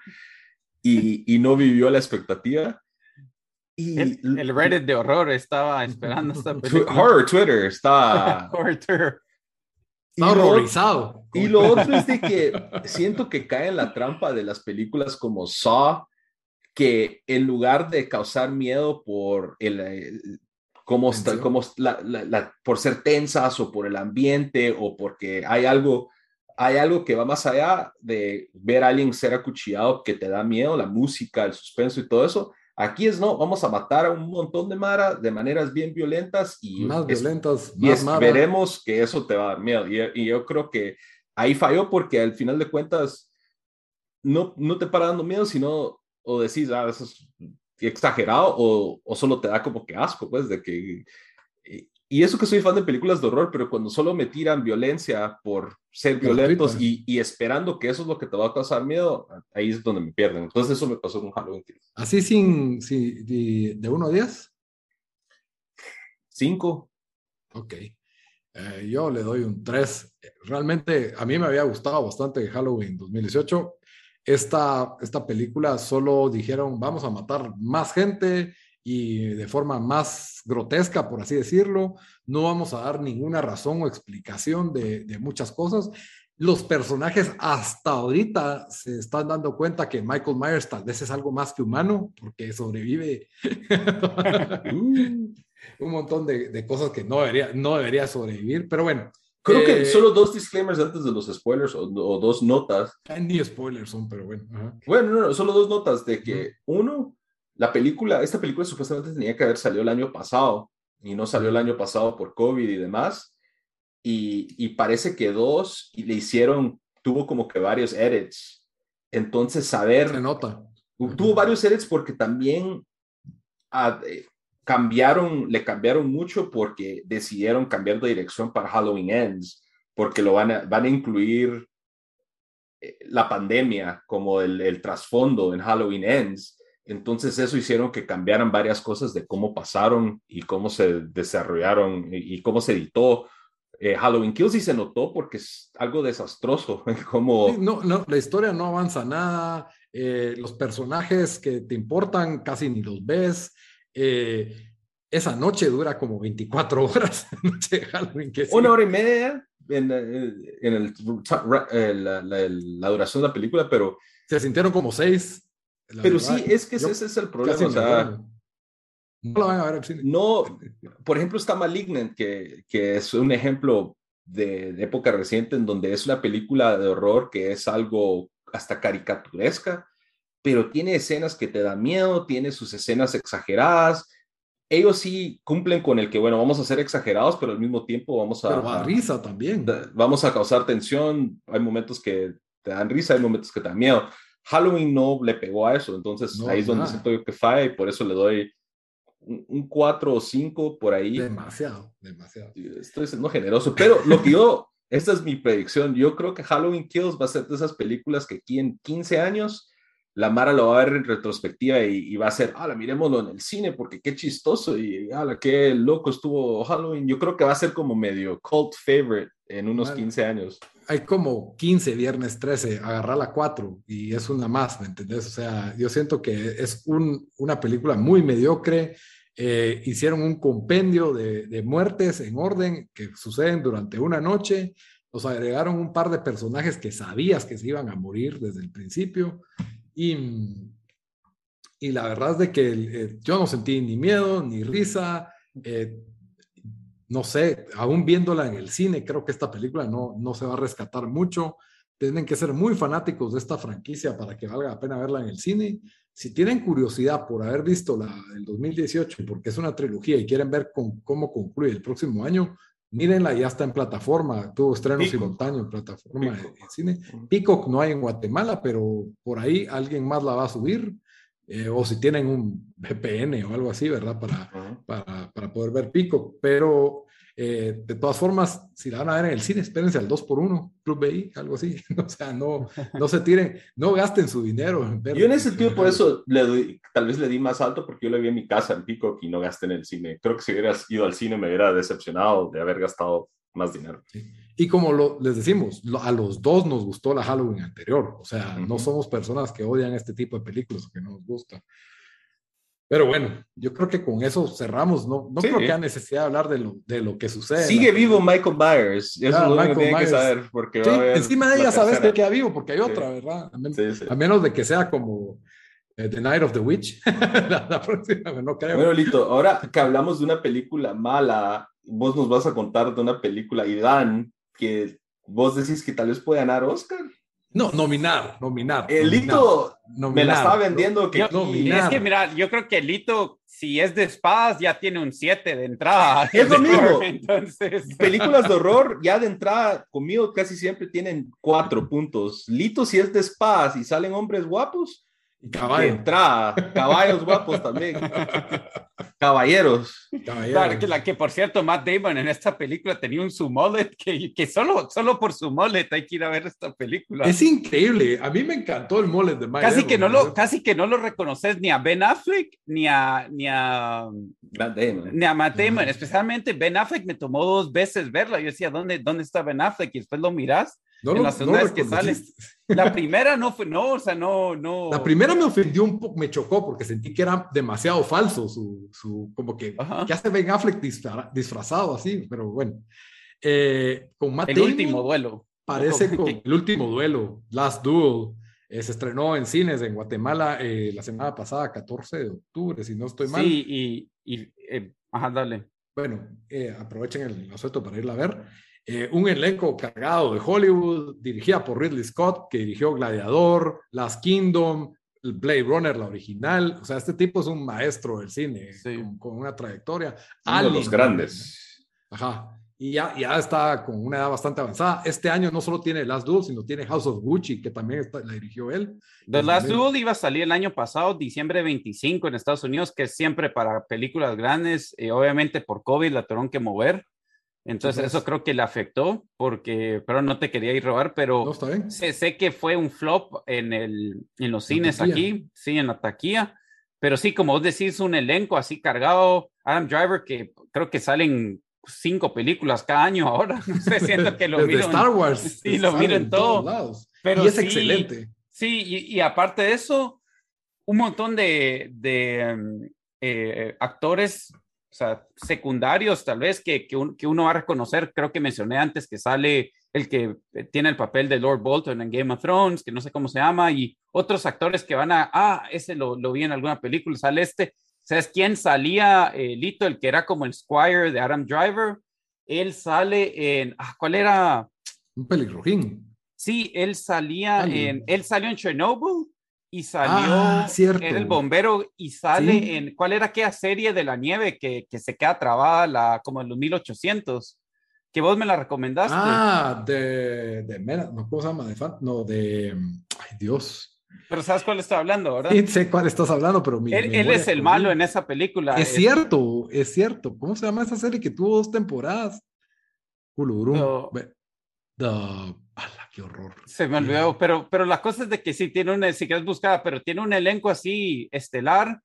y, y no vivió la expectativa. Y el, el Reddit de horror estaba esperando esta película. Horror Twitter está... Horror Twitter. Está horrorizado. Y lo otro es de que siento que cae en la trampa de las películas como Saw, que en lugar de causar miedo por el... Como, está, como la, la, la, por ser tensas o por el ambiente o porque hay algo... Hay algo que va más allá de ver a alguien ser acuchillado que te da miedo, la música, el suspenso y todo eso. Aquí es no, vamos a matar a un montón de mara de maneras bien violentas y, más es, violentas, y más es, mara. veremos que eso te va a dar miedo. Y, y yo creo que ahí falló porque al final de cuentas no, no te para dando miedo, sino o decís, ah, eso es exagerado o, o solo te da como que asco, pues, de que... Y eso que soy fan de películas de horror, pero cuando solo me tiran violencia por ser violentos y, y esperando que eso es lo que te va a causar miedo, ahí es donde me pierden. Entonces eso me pasó con Halloween Kills. ¿Así sin, sin de, de uno a diez? cinco. Ok. Eh, yo le doy un tres. Realmente a mí me había gustado bastante Halloween dos mil dieciocho. Esta, esta película solo dijeron, vamos a matar más gente y de forma más grotesca, por así decirlo. No vamos a dar ninguna razón o explicación de, de muchas cosas. Los personajes hasta ahorita se están dando cuenta que Michael Myers tal vez es algo más que humano, porque sobrevive un montón de, de cosas que no debería, no debería sobrevivir, pero bueno. Creo eh, que solo dos disclaimers antes de los spoilers o, o dos notas. Ni spoilers son, pero bueno. Ajá. Bueno, no, no, solo dos notas de que, uh-huh. uno, la película, esta película supuestamente tenía que haber salido el año pasado y no salió el año pasado por COVID y demás. Y, y parece que dos, y le hicieron, tuvo como que varios edits. Entonces, saber... Se nota. Tuvo varios edits porque también a, eh, cambiaron, le cambiaron mucho porque decidieron cambiar de dirección para Halloween Ends, porque lo van a, van a incluir eh, la pandemia como el, el trasfondo en Halloween Ends. Entonces eso hicieron que cambiaran varias cosas de cómo pasaron y cómo se desarrollaron y, y cómo se editó eh, Halloween Kills, y se notó porque es algo desastroso. Como... Sí, no, no, la historia no avanza nada, eh, los personajes que te importan casi ni los ves. Eh, esa noche dura como veinticuatro horas, noche de Halloween. Que sí. Una hora y media en, en el, el, la, la, la duración de la película, pero... Se sintieron como seis. Pero verdad, sí, es que ese, ese es el problema. O sea, no la van a ver al cine. No, por ejemplo, está Malignant, que, que es un ejemplo de, de época reciente en donde es una película de horror que es algo hasta caricaturesca, pero tiene escenas que te dan miedo, tiene sus escenas exageradas. ellos sí cumplen con el que, bueno, vamos a ser exagerados, pero al mismo tiempo vamos a... Pero a a risa también. Vamos a causar tensión, hay momentos que te dan risa, hay momentos que te dan miedo. Halloween no le pegó a eso, entonces No, ahí es donde nada. siento yo que falla y por eso le doy un, un cuatro o cinco por ahí. Demasiado, demasiado. Estoy siendo generoso, pero lo que yo, esta es mi predicción, yo creo que Halloween Kills va a ser de esas películas que aquí en quince años la Mara lo va a ver en retrospectiva y, y va a ser, ah, miremoslo en el cine porque qué chistoso y ah, qué loco estuvo Halloween. Yo creo que va a ser como medio cult favorite en unos Mal. quince años. Hay como quince viernes trece, agarrar la cuatro y es una más, ¿me entendés? O sea, yo siento que es un, una película muy mediocre. Eh, hicieron un compendio de, de muertes en orden que suceden durante una noche. Nos agregaron un par de personajes que sabías que se iban a morir desde el principio. Y, y la verdad es de que eh, yo no sentí ni miedo ni risa. Eh, no sé, aún viéndola en el cine, creo que esta película no, no se va a rescatar mucho. Tienen que ser muy fanáticos de esta franquicia para que valga la pena verla en el cine. Si tienen curiosidad por haber visto la del dos mil dieciocho y porque es una trilogía y quieren ver con, cómo concluye el próximo año, mírenla, ya está en plataforma, tuvo estreno Peacock. simultáneo en plataforma de, Peacock. de cine. Peacock no hay en Guatemala, pero por ahí alguien más la va a subir. Eh, o si tienen un V P N o algo así, ¿verdad? Para, Uh-huh. para, para poder ver Peacock. Pero eh, de todas formas, si la van a ver en el cine, espérense al dos por uno, Club B I, algo así. O sea, no, no se tiren, no gasten su dinero en ver. Yo en ese sentido, por eso le doy, tal vez le di más alto porque yo le vi en mi casa en Peacock y no gasté en el cine. Creo que si hubieras ido al cine me hubiera decepcionado de haber gastado más dinero. Sí. Y como lo, les decimos, lo, a los dos nos gustó la Halloween anterior. O sea, Uh-huh. no somos personas que odian este tipo de películas o que no nos gusta. Pero bueno, yo creo que con eso cerramos. No, no Sí. creo que haya necesidad de hablar de lo, de lo que sucede. Sigue vivo Michael Myers. Eso Ah, es lo Michael que tienen Myers. que saber. Porque Sí, va a haber encima de la ella sabes tercera. que queda vivo porque hay otra, Sí. ¿verdad? A, men Sí, sí. a menos de que sea como eh, The Night of the Witch. la, la próxima, no creo. Bueno, Lito, ahora que hablamos de una película mala, vos nos vas a contar de una película, y Dan, que vos decís que tal vez puede ganar Oscar. No, nominar, nominar. El nominar, Lito nominar, me la estaba vendiendo que Yo- aquí... nominar. Es que mira, yo creo que Lito, si es de espadas, ya tiene un siete de entrada. Es lo mismo. Entonces, Películas de horror, ya de entrada, conmigo casi siempre tienen cuatro puntos. Lito, si es de espadas y salen hombres guapos, Y de caballo. entrada, caballos guapos también. Caballeros. Caballero. claro, que, la, que por cierto, Matt Damon en esta película tenía un su mullet, que, que solo, solo por su mullet hay que ir a ver esta película. Es increíble. A mí me encantó el mole de Mike Casi Evans, que, no lo, ¿verdad? casi que no lo reconoces ni a Ben Affleck ni a, ni a, Matt Damon. ni a Matt Damon. Ajá. Especialmente Ben Affleck me tomó dos veces verla. Yo decía, ¿dónde, dónde está Ben Affleck? Y después lo miras. No en lo- la segunda no vez que sale. reconociste. La primera no fue, no, o sea, no, no. La primera me ofendió un poco, me chocó porque sentí que era demasiado falso su, su como que, Ajá. que hace Ben Affleck disfra- disfrazado así, pero bueno. Eh, con Matt El Damon, último duelo. parece Como con que- el último duelo, Last Duel, eh, se estrenó en cines en Guatemala eh, la semana pasada, catorce de octubre, si no estoy mal. Sí, y, y eh, ajá, dale. Bueno, eh, aprovechen el asueto para irla a ver. Eh, un elenco cargado de Hollywood, dirigida por Ridley Scott, que dirigió Gladiador, Last Kingdom, Blade Runner, la original. O sea, este tipo es un maestro del cine, Sí. con, con una trayectoria. Uno de los grandes. Ajá. Y ya, ya está con una edad bastante avanzada. Este año no solo tiene Last Duel, sino tiene House of Gucci, que también está, la dirigió él. The Y Last también- Duel iba a salir el año pasado, diciembre veinticinco en Estados Unidos, que es siempre para películas grandes. Y obviamente por COVID la tuvieron que mover. Entonces Sí, pues. eso creo que le afectó, porque, pero no te quería ir a robar, pero No, está bien. sé, sé que fue un flop en, el, en los La cines taquilla. aquí, sí, en la taquilla. Pero sí, como vos decís, un elenco así cargado. Adam Driver, que creo que salen cinco películas cada año ahora. No sé, siento que lo Desde miro. en- Star Wars. Sí, lo sale miro en todo. todos lados. Pero y es sí, excelente. Sí, y, y aparte de eso, un montón de, de um, eh, actores, o sea, secundarios tal vez, que, que, un, que uno va a reconocer. Creo que mencioné antes que sale el que tiene el papel de Lord Bolton en Game of Thrones, que no sé cómo se llama, y otros actores que van a, ah, ese lo, lo vi en alguna película, sale este. ¿Sabes quién salía? Eh, Lito, el que era como el Squire de Adam Driver. Él sale en, ah, ¿cuál era? Un pelirrojín. Sí, él salía Alguien. en, él salió en Chernobyl y salió, Ah, cierto. era el bombero y sale Sí. en, ¿cuál era aquella serie de la nieve que, que se queda trabada la, como en los mil ochocientos? Que vos me la recomendaste. Ah, de, de Mena, no, ¿cómo se llama? De fan, no, de, ay Dios. Pero ¿sabes cuál estoy hablando, verdad? Sí, sé cuál estás hablando, pero mi Él, él memoria es el es malo horrible. en esa película. Es cierto, es cierto. ¿Cómo se llama esa serie que tuvo dos temporadas? Culurum. No, Ve- The... ¡Hala, qué horror! se me Qué- olvidó, pero, pero la cosa es de que sí tiene un, si quieres buscar, pero tiene un elenco así estelar.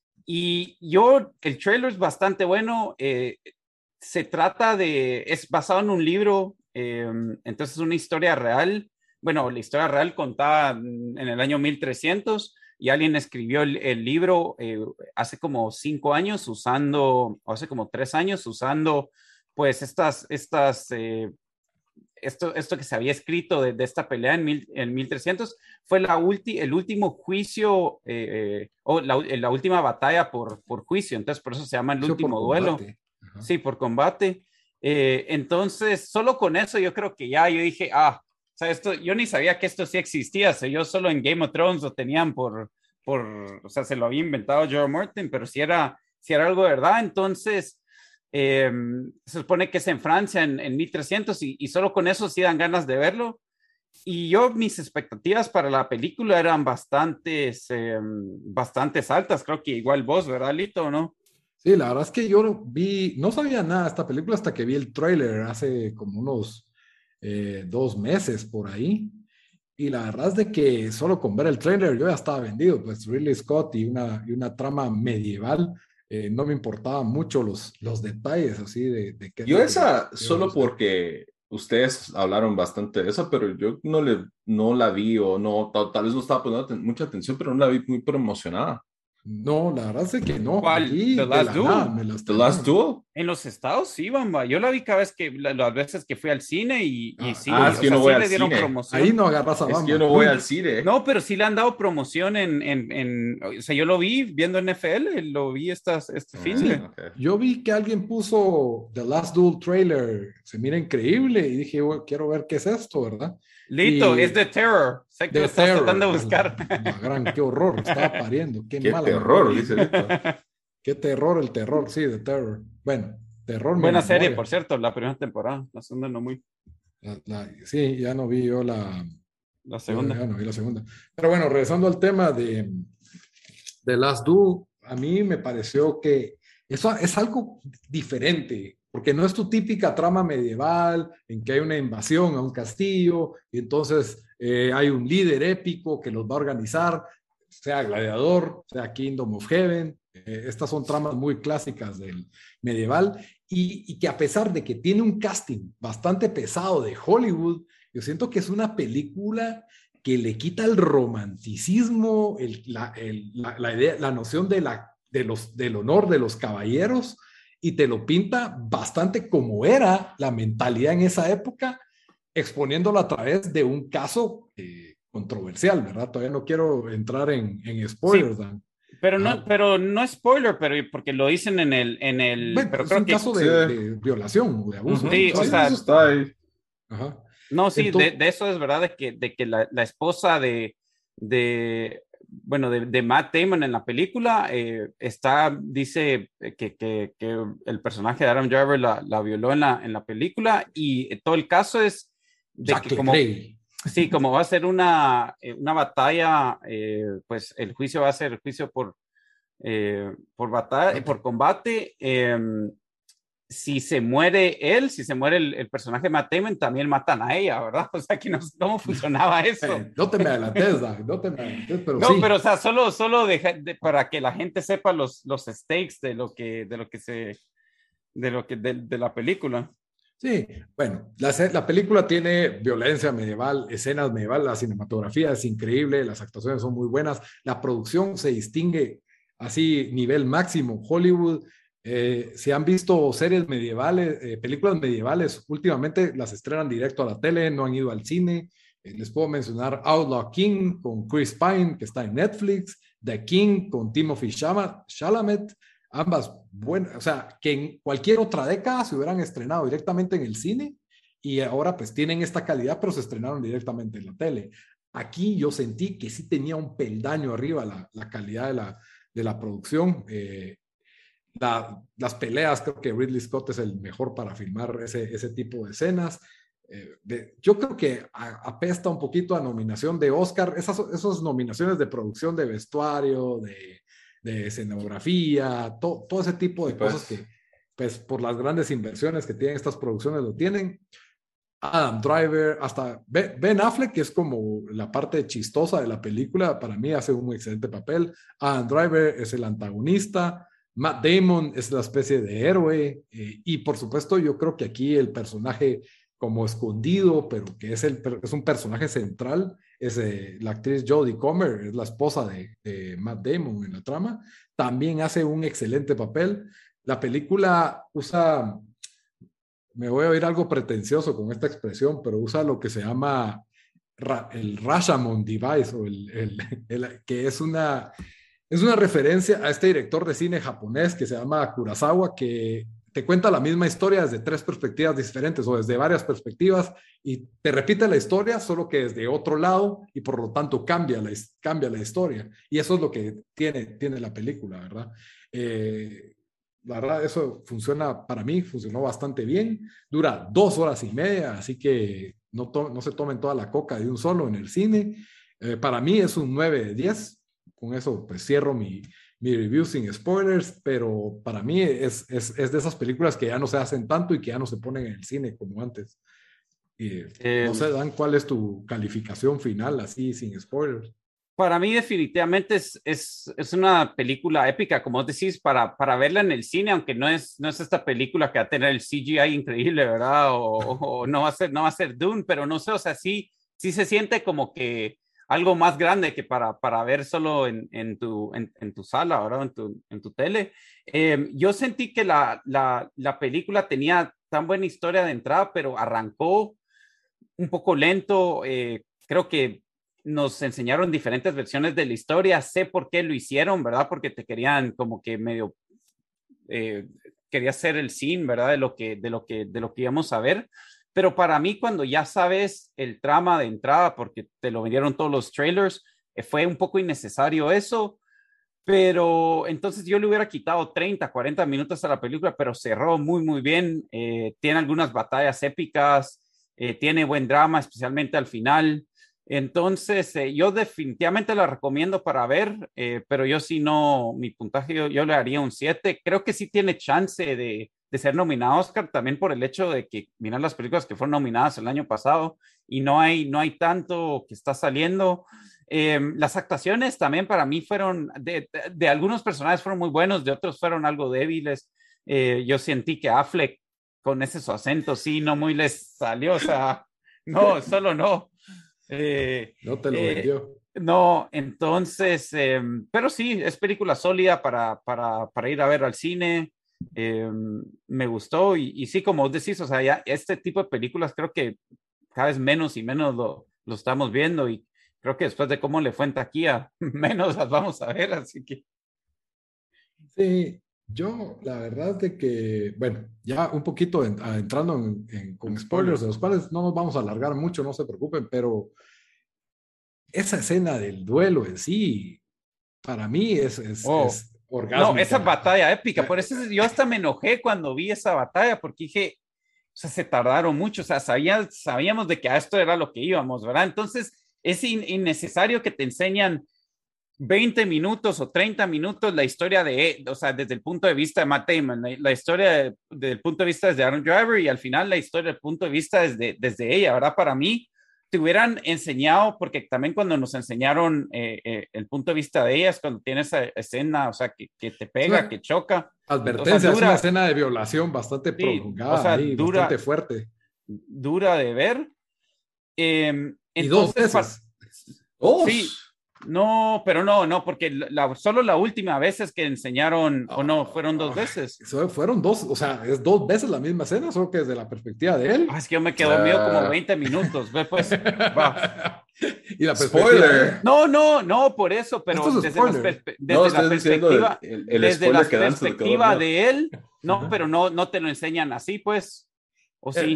Y yo, el trailer es bastante bueno. Eh, se trata de, es basado en un libro, eh, entonces es una historia real. Bueno, la historia real contada en el año mil trescientos y alguien escribió el, el libro eh, hace como cinco años usando, o hace como tres años usando pues estas, estas eh, esto, esto que se había escrito de, de esta pelea en, mil, en mil trescientos fue la ulti, el último juicio eh, eh, o la, la, última batalla por, por juicio, entonces por eso se llama el Juicio último por duelo. combate. Ajá. Sí, por combate. Eh, entonces, solo con eso yo creo que ya yo dije, ah, o sea, esto, yo ni sabía que esto sí existía, o sea, yo solo en Game of Thrones lo tenían por, por o sea, se lo había inventado George Martin, pero si era, si era algo de verdad, entonces... Eh, se supone que es en Francia en, en mil trescientos y, y solo con eso sí dan ganas de verlo. Y yo, mis expectativas para la película eran bastantes, eh, bastantes altas. Creo que igual vos, ¿verdad, Lito, o no? Sí, la verdad es que yo vi, no sabía nada de esta película hasta que vi el tráiler hace como unos eh, dos meses por ahí. Y la verdad es de que solo con ver el tráiler yo ya estaba vendido, pues Ridley Scott y una, y una trama medieval. Eh, no me importaban mucho los, los detalles así de, de qué es Yo lo que esa, iba a solo suceder. porque ustedes hablaron bastante de esa, pero yo no, le, no la vi o no, tal, tal vez no estaba poniendo aten- mucha atención, pero no la vi muy promocionada. No, la verdad es que no. ¿Cuál? Aquí The de Last la nada Duel. me las The Last tiraron. Duel. En los estados sí, bamba. Yo la vi cada vez que, la- las veces que fui al cine y, y Ah, sí, Ah, es o que yo sea, no voy sí al le dieron cine. promoción. Ahí no agarras a Es que yo Bamba. no voy No, al cine. No, pero sí le han dado promoción en, en, en, o sea, yo lo vi viendo N F L, lo vi estas, este fin sí, de. Ah, okay. yo vi que alguien puso The Last Duel trailer, se mira increíble y dije, "Bueno, quiero ver qué es esto, ¿verdad?" Lito, Y es The Terror. Sé que lo The estás tratando de Terror, buscar. a la, la gran, qué horror, estaba pariendo, qué Qué mala terror, memoria, dice Lito. qué terror, el terror, sí, The Terror. Bueno, terror mi Buena serie, memoria. por cierto, la primera temporada. La segunda no muy. La- la- sí, ya no vi yo la, La yo segunda. ya no vi la segunda. Pero bueno, regresando al tema de, de Last Duel, a mí me pareció que eso es algo diferente, porque no es tu típica trama medieval en que hay una invasión a un castillo y entonces eh, hay un líder épico que los va a organizar, sea Gladiador, sea Kingdom of Heaven. Eh, estas son tramas muy clásicas del medieval y, y que a pesar de que tiene un casting bastante pesado de Hollywood, yo siento que es una película que le quita el romanticismo, el, la, el, la, la, idea, la noción de la, de los, del honor de los caballeros y te lo pinta bastante como era la mentalidad en esa época, exponiéndolo a través de un caso eh, controversial, ¿verdad? Todavía no quiero entrar en, en spoilers, Sí, Dan. pero no, pero no spoiler, pero porque lo dicen en el, en el, Bueno, pero es creo un que caso de, sí. de violación o de abuso. Uh-huh. sí, Sí, o sea, eso está ahí. Ajá. no, sí, Entonces, de, de eso es verdad, de que, de que la, la esposa de, de, bueno, de, de Matt Damon en la película eh, está, dice que, que, que el personaje de Adam Driver la, la violó en la, en la película y todo el caso es de Jack que como, Grey. sí, como va a ser una, una batalla, eh, pues el juicio va a ser el juicio por, eh, por batalla, por combate. Eh, si se muere él, si se muere el, el personaje de Matt Damon, también matan a ella, ¿verdad? O sea, que no, ¿cómo funcionaba eso? Eh, no te me adelantes, Dan, no te me adelantes, pero no, sí. pero o sea, solo, solo deja, de, para que la gente sepa los, los stakes de lo que, de lo que se, de lo que, de, de la película. Sí, bueno, la, la película tiene violencia medieval, escenas medievales, la cinematografía es increíble, las actuaciones son muy buenas, la producción se distingue así, nivel máximo. Hollywood, eh, si han visto series medievales, eh, películas medievales, últimamente las estrenan directo a la tele, no han ido al cine. Eh, les puedo mencionar Outlaw King con Chris Pine, que está en Netflix, The King con Timothy Chalamet, ambas buenas, o sea, que en cualquier otra década se hubieran estrenado directamente en el cine y ahora pues tienen esta calidad, pero se estrenaron directamente en la tele. Aquí yo sentí que sí tenía un peldaño arriba la, la calidad de la, de la producción. Eh, la, las peleas, creo que Ridley Scott es el mejor para filmar ese, ese tipo de escenas. Eh, de, yo creo que a, apesta un poquito a nominación de Oscar, esas, esas nominaciones de producción de vestuario, de, de escenografía, to, todo ese tipo de sí, pues. cosas que, pues, por las grandes inversiones que tienen estas producciones, lo tienen. Adam Driver, hasta Ben Affleck, que es como la parte chistosa de la película, para mí hace un excelente papel. Adam Driver es el antagonista. Matt Damon es la especie de héroe. Eh, y por supuesto, yo creo que aquí el personaje como escondido, pero que es, el, es un personaje central, es eh, la actriz Jodie Comer, es la esposa de, de Matt Damon en la trama. También hace un excelente papel. La película usa... me voy a oír algo pretencioso con esta expresión, pero usa lo que se llama ra, el Rashomon device, o el, el, el, que es una, es una referencia a este director de cine japonés que se llama Kurosawa, que te cuenta la misma historia desde tres perspectivas diferentes o desde varias perspectivas y te repite la historia, solo que desde otro lado y por lo tanto cambia la, cambia la historia. Y eso es lo que tiene, tiene la película, ¿verdad? Eh, La verdad, eso funciona para mí, funcionó bastante bien. Dura dos horas y media, así que no, to no se tomen toda la coca de un solo en el cine. Eh, para mí es un nueve de diez. Con eso pues cierro mi, mi review sin spoilers, pero para mí es, es, es de esas películas que ya no se hacen tanto y que ya no se ponen en el cine como antes. Y, eh, no sé, Dan, ¿cuál es tu calificación final así sin spoilers? Para mí definitivamente es, es, es una película épica, como vos decís, para, para verla en el cine, aunque no es, no es esta película que va a tener el C G I increíble, ¿verdad? O, o no va a ser, no va a ser Dune, pero no sé, o sea, sí, sí se siente como que algo más grande que para, para ver solo en, en, tu, en, en tu sala, ¿verdad? En tu, en tu tele. Eh, yo sentí que la, la, la película tenía tan buena historia de entrada, pero arrancó un poco lento. Eh, creo que nos enseñaron diferentes versiones de la historia. Sé por qué lo hicieron, ¿verdad? Porque te querían como que medio, eh, quería ser el scene, ¿verdad? De lo que, de lo que, de lo que íbamos a ver. Pero para mí, cuando ya sabes el trama de entrada, porque te lo vendieron todos los trailers, eh, fue un poco innecesario eso. Pero entonces yo le hubiera quitado treinta, cuarenta minutos a la película, pero cerró muy, muy bien. Eh, tiene algunas batallas épicas, eh, tiene buen drama, especialmente al final. Entonces, eh, yo definitivamente la recomiendo para ver, eh, pero yo sí no, mi puntaje yo, yo le haría un siete. Creo que sí tiene chance de, de ser nominado a Oscar, también por el hecho de que miran las películas que fueron nominadas el año pasado y no hay, no hay tanto que está saliendo. Eh, las actuaciones también para mí fueron, de, de, de algunos personajes fueron muy buenos, de otros fueron algo débiles. Eh, yo sentí que Affleck con ese su acento sí, no muy les salió, o sea, no, solo no. Eh, no te lo eh, vendió. No, entonces, eh, pero sí, es película sólida para, para, para ir a ver al cine. Eh, me gustó y, y sí, como vos decís, o sea, ya este tipo de películas creo que cada vez menos y menos lo, lo estamos viendo y creo que después de cómo le fue en taquilla, menos las vamos a ver, así que. Sí, yo la verdad de que, bueno, ya un poquito en, entrando en, en, con spoilers, de los cuales no nos vamos a alargar mucho, no se preocupen, pero esa escena del duelo en sí, para mí es, es, Oh. es orgásmica. No, esa batalla épica, por eso yo hasta me enojé cuando vi esa batalla, porque dije, o sea, se tardaron mucho, o sea, sabía, sabíamos de que a esto era lo que íbamos, ¿verdad? Entonces, es in, innecesario que te enseñan veinte minutos o treinta minutos la historia de, o sea, desde el punto de vista de Matt Damon, la, la historia de, desde el punto de vista desde Aaron Driver y al final la historia del punto de vista desde, desde ella, ¿verdad? Para mí, te hubieran enseñado, porque también cuando nos enseñaron eh, eh, el punto de vista de ellas, cuando tiene esa escena, o sea, que, que te pega, una que choca. Advertencia, o sea, dura, es una escena de violación bastante sí, prolongada, o sea, ahí, dura, bastante fuerte. Dura de ver. Eh, y dos veces. Para, oh. Sí, no, pero no, no, porque la, solo la última vez es que enseñaron, oh, o no, fueron dos veces. Fueron dos, o sea, es dos veces la misma escena, solo que desde la perspectiva de él. Ah, es que yo me quedo uh... mío como veinte minutos, pues, va. Y la spoiler. No, no, no, por eso, pero es desde, las desde no, la perspectiva, el, el desde la perspectiva de él, no, pero no, no te lo enseñan así, pues, o sí.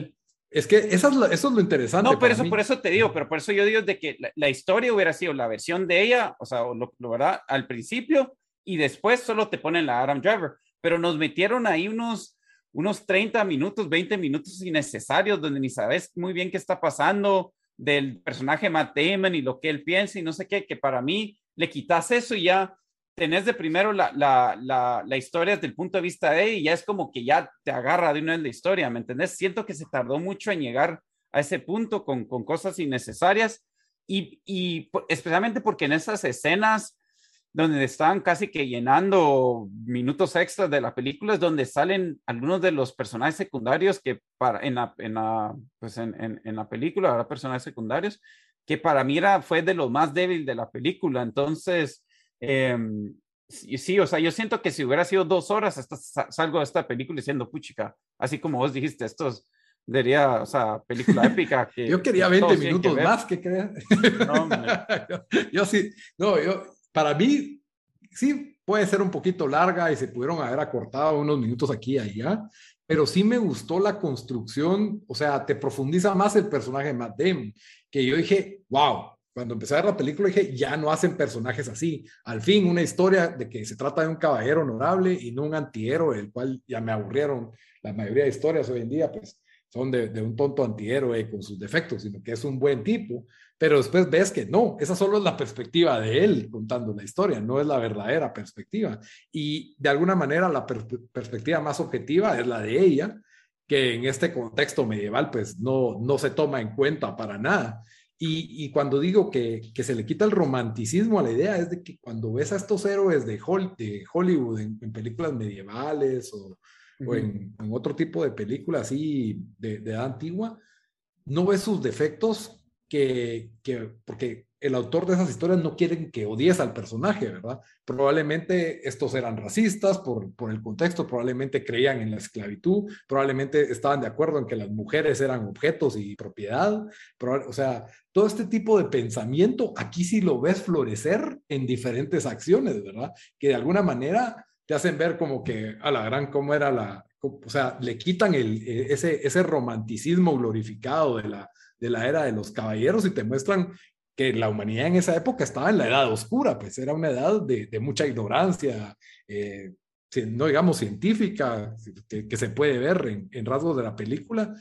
Es que eso es lo, eso es lo interesante. No, pero para eso, mí. por eso te digo, pero por eso yo digo de que la, la historia hubiera sido la versión de ella, o sea, lo, lo verdad, al principio, y después solo te ponen la Adam Driver, pero nos metieron ahí unos, unos treinta minutos, veinte minutos innecesarios, donde ni sabes muy bien qué está pasando del personaje Matt Damon y lo que él piensa y no sé qué, que para mí le quitas eso y ya tenés de primero la, la, la, la historia desde el punto de vista de él y ya es como que ya te agarra de una vez la historia, ¿me entendés? Siento que se tardó mucho en llegar a ese punto con, con cosas innecesarias y, y especialmente porque en esas escenas donde estaban casi que llenando minutos extras de la película es donde salen algunos de los personajes secundarios que para, en, la, en, la, pues en, en, en la película, ahora personajes secundarios, que para mí era, fue de lo más débil de la película. Entonces, eh, sí, sí, o sea, yo siento que si hubiera sido dos horas, hasta salgo de esta película diciendo, puchica, así como vos dijiste, estos diría, o sea, película épica. Que, yo quería que veinte minutos que más, ¿qué crees? No, yo, yo sí, no, yo, para mí, sí puede ser un poquito larga y se pudieron haber acortado unos minutos aquí y allá, pero sí me gustó la construcción, o sea, te profundiza más el personaje de Matt Damon, que yo dije, wow, cuando empecé a ver la película dije, ya no hacen personajes así, al fin una historia de que se trata de un caballero honorable y no un antihéroe, el cual ya me aburrieron la mayoría de historias hoy en día, pues son de, de un tonto antihéroe con sus defectos, sino que es un buen tipo, pero después ves que no, esa solo es la perspectiva de él contando la historia, no es la verdadera perspectiva. Y de alguna manera la per perspectiva más objetiva es la de ella, que en este contexto medieval pues no, no se toma en cuenta para nada. Y, y cuando digo que, que se le quita el romanticismo a la idea, es de que cuando ves a estos héroes de, Hol de Hollywood en, en películas medievales o o en, en otro tipo de película así de, de edad antigua, no ves sus defectos que, que, porque el autor de esas historias no quieren que odies al personaje, ¿verdad? Probablemente estos eran racistas por, por el contexto, probablemente creían en la esclavitud, probablemente estaban de acuerdo en que las mujeres eran objetos y propiedad, pero, o sea, todo este tipo de pensamiento aquí sí lo ves florecer en diferentes acciones, ¿verdad? Que de alguna manera te hacen ver como que a la gran cómo era la, o sea, le quitan el, ese, ese romanticismo glorificado de la, de la era de los caballeros y te muestran que la humanidad en esa época estaba en la edad oscura, pues era una edad de, de mucha ignorancia, eh, no digamos científica, que, que se puede ver en, en rasgos de la película.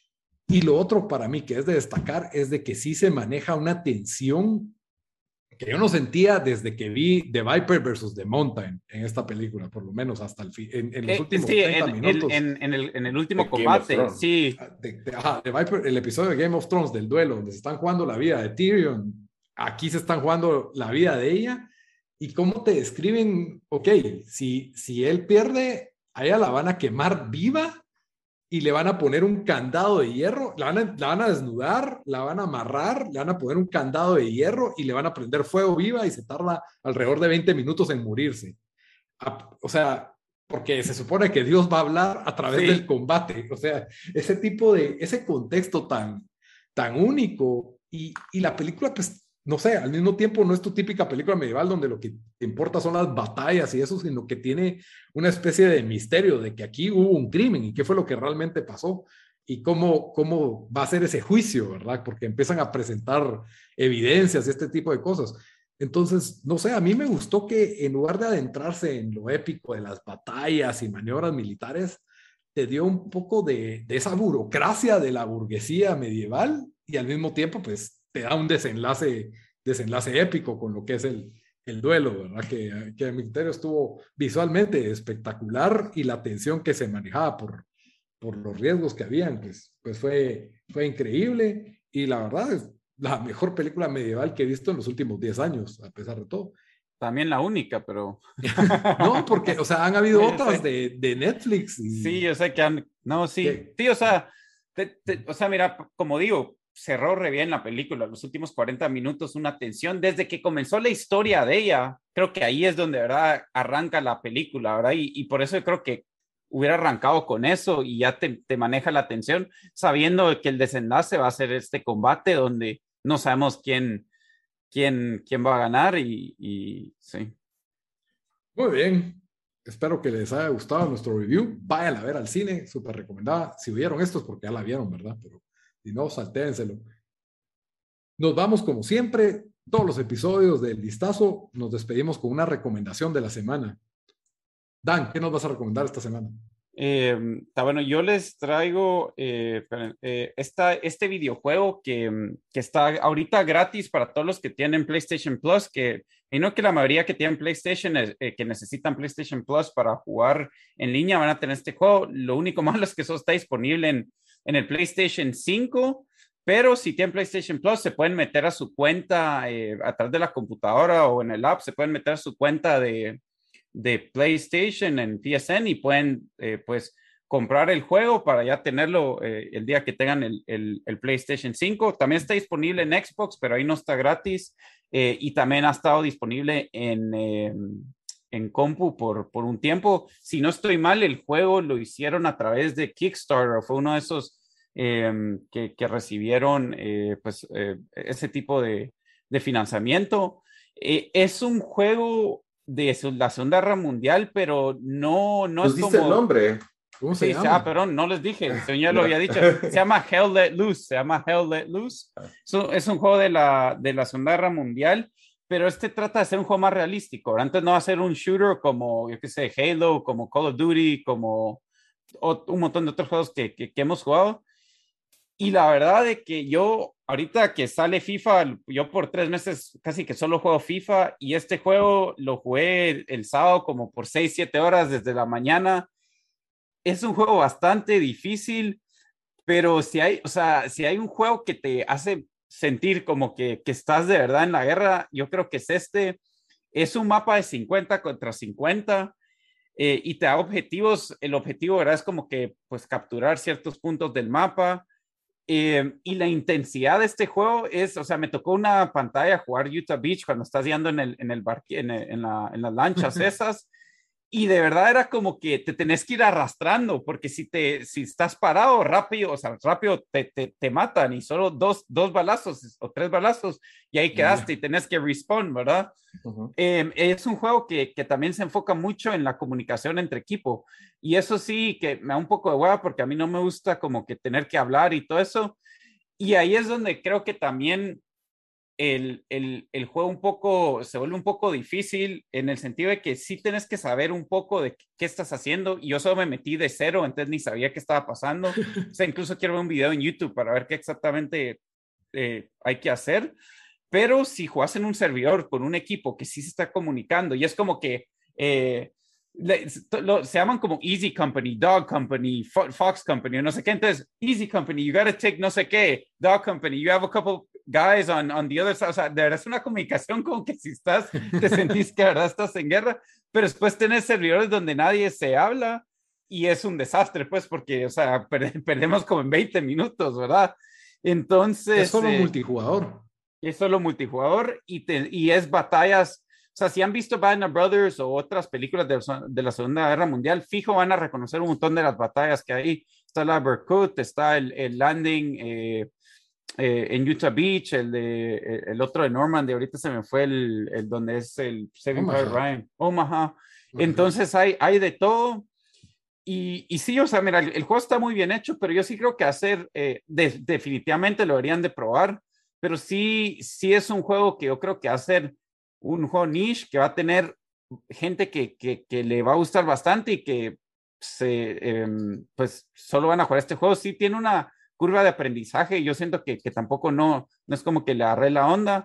Y lo otro para mí que es de destacar es de que sí se maneja una tensión que yo no sentía desde que vi The Viper versus The Mountain en esta película, por lo menos hasta el fin, en, en los eh, últimos sí, treinta en, minutos. En, en, el, en el último The combate, sí. De, de, ajá, The Viper, el episodio de Game of Thrones del duelo, donde se están jugando la vida de Tyrion, aquí se están jugando la vida de ella, y cómo te describen, ok, si, si él pierde, a ella la van a quemar viva, y le van a poner un candado de hierro, la van, a, la van a desnudar, la van a amarrar, le van a poner un candado de hierro y le van a prender fuego viva y se tarda alrededor de veinte minutos en morirse. O sea, porque se supone que Dios va a hablar a través sí. del combate. O sea, ese tipo de, ese contexto tan, tan único y, y la película, pues, no sé, al mismo tiempo no es tu típica película medieval donde lo que te importa son las batallas y eso, sino que tiene una especie de misterio de que aquí hubo un crimen y qué fue lo que realmente pasó y cómo, cómo va a ser ese juicio, ¿verdad? Porque empiezan a presentar evidencias y este tipo de cosas. Entonces, no sé, a mí me gustó que en lugar de adentrarse en lo épico de las batallas y maniobras militares, te dio un poco de, de esa burocracia de la burguesía medieval y al mismo tiempo, pues, te da un desenlace, desenlace épico con lo que es el, el duelo, ¿verdad? Que, que a mi criterio estuvo visualmente espectacular y la tensión que se manejaba por, por los riesgos que habían, pues, pues fue, fue increíble y la verdad es la mejor película medieval que he visto en los últimos diez años, a pesar de todo. También la única, pero... no, porque, o sea, han habido sí, otras sí. De, de Netflix. Y... Sí, yo sé que han... No, sí, ¿Qué? sí, o sea, te, te, o sea, mira, como digo, cerró re bien la película, los últimos cuarenta minutos, una tensión, desde que comenzó la historia de ella, creo que ahí es donde, ¿verdad?, arranca la película, ¿verdad? Y, y por eso yo creo que hubiera arrancado con eso y ya te, te maneja la tensión, sabiendo que el desenlace va a ser este combate donde no sabemos quién, quién, quién va a ganar y, y sí. Muy bien. Espero que les haya gustado nuestro review. Vayan a ver al cine, súper recomendada. Si vieron esto es porque ya la vieron, ¿verdad? Pero si no, saltéenselo. Nos vamos como siempre, todos los episodios del Listazo, nos despedimos con una recomendación de la semana. Dan, ¿qué nos vas a recomendar esta semana? Eh, está bueno, yo les traigo eh, eh, esta, este videojuego que, que está ahorita gratis para todos los que tienen PlayStation Plus, que y no que la mayoría que tienen PlayStation, eh, que necesitan PlayStation Plus para jugar en línea, van a tener este juego. Lo único malo es que eso está disponible en, en el PlayStation cinco, pero si tienen PlayStation Plus, se pueden meter a su cuenta eh, a través de la computadora o en el app, se pueden meter a su cuenta de de PlayStation en P S N y pueden eh, pues comprar el juego para ya tenerlo eh, el día que tengan el, el, el PlayStation cinco. También está disponible en Xbox, pero ahí no está gratis. Eh, y también ha estado disponible en, eh, en compu por, por un tiempo. Si no estoy mal, el juego lo hicieron a través de Kickstarter. Fue uno de esos eh, que, que recibieron eh, pues eh, ese tipo de, de financiamiento. Eh, es un juego de la Segunda Guerra Mundial, pero no, no Nos es diste como... el nombre. ¿Cómo se Sí, llama? ah, perdón, no les dije, el señor lo había dicho. Se llama Hell Let Loose, se llama Hell Let Loose. So, es un juego de la, de la Segunda Guerra Mundial, pero este trata de ser un juego más realístico. Antes no va a ser un shooter como, yo qué sé, Halo, como Call of Duty, como o, un montón de otros juegos que, que, que hemos jugado. Y la verdad de que yo, ahorita que sale FIFA, yo por tres meses casi que solo juego FIFA y este juego lo jugué el sábado como por seis, siete horas desde la mañana. Es un juego bastante difícil, pero si hay, o sea, si hay un juego que te hace sentir como que, que estás de verdad en la guerra, yo creo que es este. Es un mapa de cincuenta contra cincuenta eh, y te da objetivos. El objetivo, ¿verdad? Es como que pues capturar ciertos puntos del mapa. Eh, y la intensidad de este juego es, o sea, me tocó una pantalla jugar Utah Beach cuando estás guiando en, el, en, el bar, en, el, en, la, en las lanchas esas. Y de verdad era como que te tenés que ir arrastrando, porque si, te, si estás parado rápido, o sea, rápido te, te, te matan y solo dos, dos balazos o tres balazos y ahí quedaste y tenés que respawn, ¿verdad? Uh-huh. Eh, es un juego que, que también se enfoca mucho en la comunicación entre equipo y eso sí que me da un poco de hueva porque a mí no me gusta como que tener que hablar y todo eso. Y ahí es donde creo que también El, el, el juego un poco se vuelve un poco difícil en el sentido de que sí tienes que saber un poco de qué estás haciendo y yo solo me metí de cero, entonces ni sabía qué estaba pasando. O sea, incluso quiero ver un video en YouTube para ver qué exactamente eh, hay que hacer, pero si juegas en un servidor con un equipo que sí se está comunicando y es como que eh, le, lo, se llaman como Easy Company, Dog Company, Fox Company, no sé qué, entonces Easy Company, you gotta take no sé qué, Dog Company, you have a couple guys on, on the other side, o sea, de verdad es una comunicación como que si estás, te sentís que de verdad estás en guerra, pero después tenés servidores donde nadie se habla y es un desastre, pues, porque, o sea, per perdemos como en veinte minutos, ¿verdad? Entonces... Es solo eh, multijugador. Es solo multijugador y, te, y es batallas. O sea, si han visto Band of Brothers o otras películas de, de la Segunda Guerra Mundial, fijo van a reconocer un montón de las batallas que hay. Está la Berkut, está el, el landing eh, eh, en Utah Beach, el, de, el otro de Normandy, ahorita se me fue el, el donde es el Saving Private Ryan, Omaha. Entonces hay, hay de todo. Y, y sí, o sea, mira, el, el juego está muy bien hecho, pero yo sí creo que hacer, eh, de, definitivamente lo deberían de probar, pero sí, sí es un juego que yo creo que hacer un juego niche que va a tener gente que, que, que le va a gustar bastante y que se, eh, pues solo van a jugar este juego. Sí tiene una curva de aprendizaje, yo siento que, que tampoco no, no es como que le agarré la onda,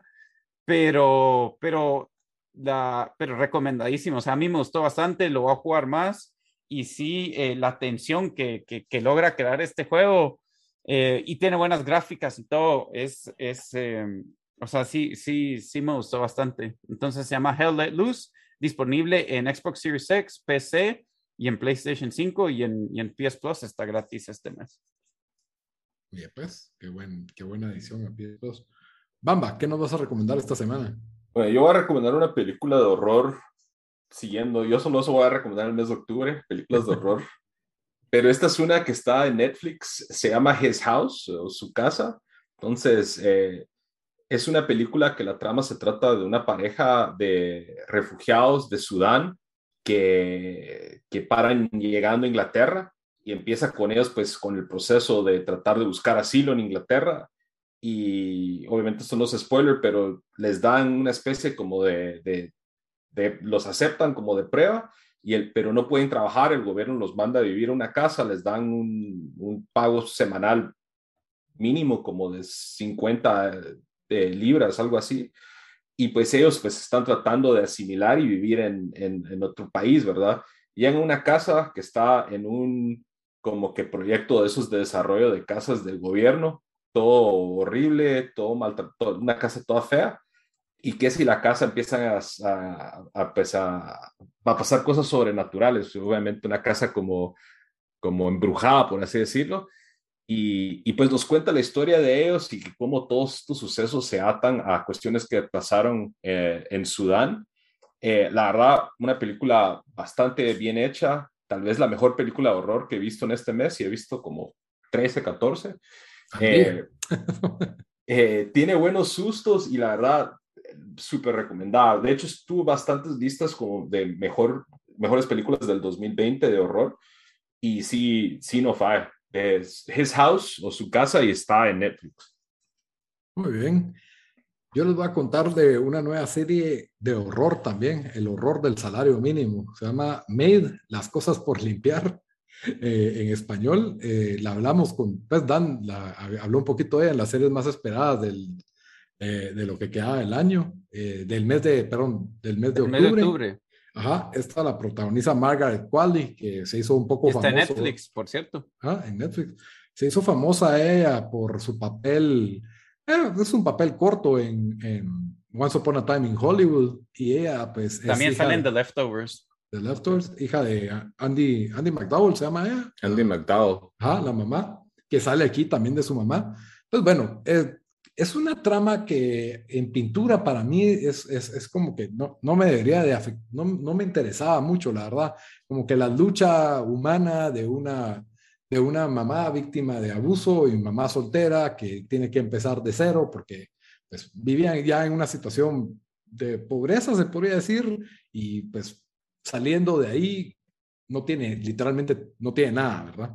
pero, pero, la, pero recomendadísimo, o sea, a mí me gustó bastante, lo voy a jugar más. Y sí, eh, la tensión que, que, que logra crear este juego eh, y tiene buenas gráficas y todo, es, es eh, o sea, sí, sí, sí me gustó bastante. Entonces se llama Hell Let Loose, disponible en Xbox Series X, P C y en PlayStation cinco y en, y en P S Plus está gratis este mes. Oye, pues, qué, buen, qué buena edición a P S Plus. Bamba, ¿qué nos vas a recomendar esta semana? Bueno, yo voy a recomendar una película de horror. Siguiendo, yo solo eso voy a recomendar el mes de octubre, películas de horror, pero esta es una que está en Netflix, se llama His House, o Su Casa. Entonces, eh, es una película que la trama se trata de una pareja de refugiados de Sudán que, que paran llegando a Inglaterra y empieza con ellos pues con el proceso de tratar de buscar asilo en Inglaterra y obviamente esto no es spoiler, pero les dan una especie como de, de, de los aceptan como de prueba, y el, pero no pueden trabajar, el gobierno los manda a vivir a una casa, les dan un, un pago semanal mínimo como de cincuenta eh, libras, algo así, y pues ellos pues están tratando de asimilar y vivir en, en, en otro país, ¿verdad? Llegan a una casa que está en un como que proyecto de esos de desarrollo de casas del gobierno, todo horrible, todo maltratado, una casa toda fea, y que si la casa empiezan a, a, a, pues a, a pasar cosas sobrenaturales, obviamente una casa como, como embrujada, por así decirlo, y, y pues nos cuenta la historia de ellos y cómo todos estos sucesos se atan a cuestiones que pasaron eh, en Sudán. Eh, la verdad, una película bastante bien hecha, tal vez la mejor película de horror que he visto en este mes, y he visto como trece, catorce. Eh, eh, tiene buenos sustos y la verdad, súper recomendada. De hecho, estuvo bastantes listas como de mejor, mejores películas del dos mil veinte de horror, y sí, sí no falla. Es His House o Su Casa y está en Netflix. Muy bien. Yo les voy a contar de una nueva serie de horror también, el horror del salario mínimo. Se llama Made, las cosas por limpiar, eh, en español. Eh, la hablamos con, pues Dan la, habló un poquito de ella en las series más esperadas del, eh, de lo que quedaba del año, eh, del mes de, perdón, del mes de El mes de octubre. octubre. Ajá, esta la protagoniza Margaret Qualley, que se hizo un poco Está famosa. en Netflix, por cierto. Ah, en Netflix. Se hizo famosa ella por su papel, eh, es un papel corto en, en Once Upon a Time in Hollywood, y ella pues También es salen hija The Leftovers. de The Leftovers, hija de Andy, Andy McDowell se llama ella. Andy la, McDowell. Ajá, la mamá, que sale aquí también de su mamá. Pues bueno, es, es una trama que en pintura para mí es, es, es como que no, no me debería de afectar, no, no me interesaba mucho, la verdad. Como que la lucha humana de una, de una mamá víctima de abuso y mamá soltera que tiene que empezar de cero porque pues, vivían ya en una situación de pobreza, se podría decir, y pues saliendo de ahí no tiene, literalmente no tiene nada, ¿verdad?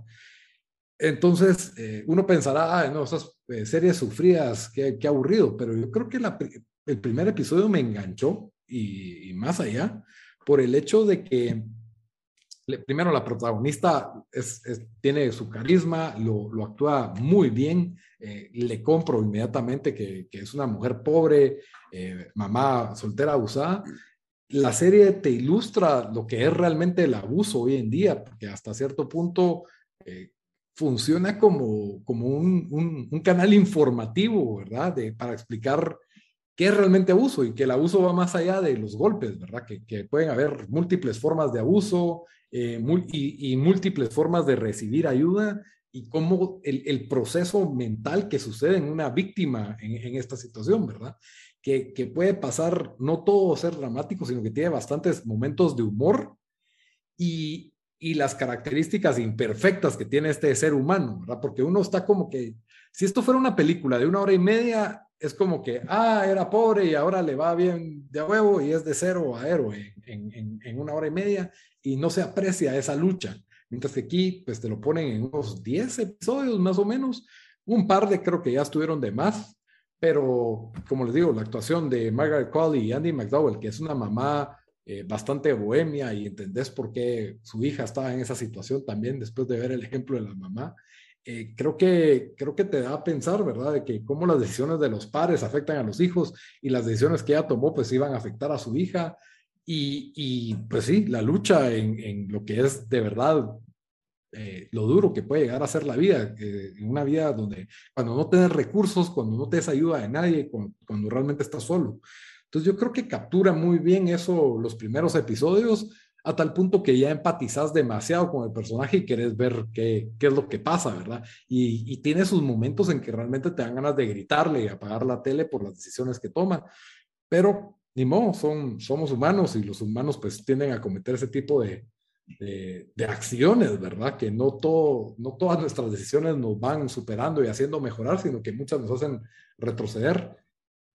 Entonces, eh, uno pensará, ah, no, esas eh, series sufridas, qué, qué aburrido, pero yo creo que la, el primer episodio me enganchó y, y más allá, por el hecho de que, le, primero, la protagonista es, es, tiene su carisma, lo, lo actúa muy bien, eh, le compro inmediatamente que, que es una mujer pobre, eh, mamá soltera abusada. La serie te ilustra lo que es realmente el abuso hoy en día, porque hasta cierto punto eh, funciona como, como un, un, un, canal informativo, ¿verdad? De, para explicar qué es realmente abuso y que el abuso va más allá de los golpes, ¿verdad? Que, que pueden haber múltiples formas de abuso eh, mul y, y múltiples formas de recibir ayuda, y cómo el, el proceso mental que sucede en una víctima en, en esta situación, ¿verdad? Que, que puede pasar, no todo ser dramático, sino que tiene bastantes momentos de humor y, y las características imperfectas que tiene este ser humano, ¿verdad? Porque uno está como que, si esto fuera una película de una hora y media, es como que, ah, era pobre y ahora le va bien de a huevo y es de cero a héroe en, en, en una hora y media, y no se aprecia esa lucha. Mientras que aquí, pues te lo ponen en unos diez episodios más o menos, un par de creo que ya estuvieron de más, pero como les digo, la actuación de Margaret Qualley y Andy McDowell, que es una mamá eh, bastante bohemia, y entendés por qué su hija estaba en esa situación también después de ver el ejemplo de la mamá, eh, creo, que, creo que te da a pensar, ¿verdad? De que cómo las decisiones de los padres afectan a los hijos, y las decisiones que ella tomó pues iban a afectar a su hija, y, y pues sí, la lucha en, en lo que es de verdad Eh, lo duro que puede llegar a ser la vida, eh, en una vida donde cuando no tienes recursos, cuando no tienes ayuda de nadie, cuando, cuando realmente estás solo. Entonces yo creo que captura muy bien eso los primeros episodios, a tal punto que ya empatizas demasiado con el personaje y querés ver qué, qué es lo que pasa, ¿verdad? Y, y tiene sus momentos en que realmente te dan ganas de gritarle y apagar la tele por las decisiones que toma, pero ni modo, son, somos humanos, y los humanos pues tienden a cometer ese tipo de, De, de acciones, ¿verdad? Que no, todo, no todas nuestras decisiones nos van superando y haciendo mejorar, sino que muchas nos hacen retroceder.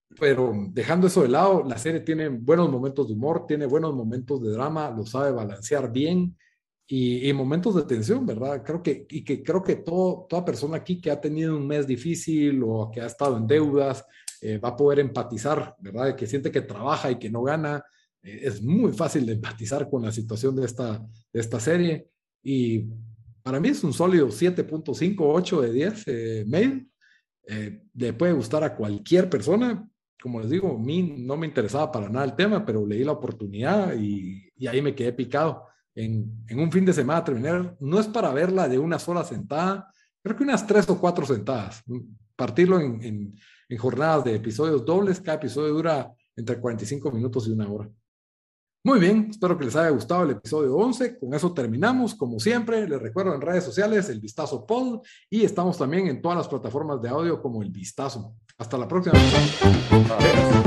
pero dejando eso de lado, la serie tiene buenos momentos de humor, tiene buenos momentos de drama, lo sabe balancear bien y, y momentos de tensión, ¿verdad? Creo que, y que creo que todo, toda persona aquí que ha tenido un mes difícil o que ha estado en deudas, eh, va a poder empatizar, ¿verdad? Que siente que trabaja y que no gana. Eh, es muy fácil de empatizar con la situación de esta, de esta serie y para mí es un sólido siete punto cinco, ocho de diez, eh, mail. Eh, le puede gustar a cualquier persona. Como les digo, a mí no me interesaba para nada el tema, pero leí la oportunidad y, y ahí me quedé picado. En, en un fin de semana terminar, no es para verla de una sola sentada, creo que unas tres o cuatro sentadas. Partirlo en, en, en jornadas de episodios dobles, cada episodio dura entre cuarenta y cinco minutos y una hora. Muy bien, espero que les haya gustado el episodio once. Con eso terminamos. Como siempre, les recuerdo en redes sociales El Vistazo Pod y estamos también en todas las plataformas de audio como El Vistazo. Hasta la próxima.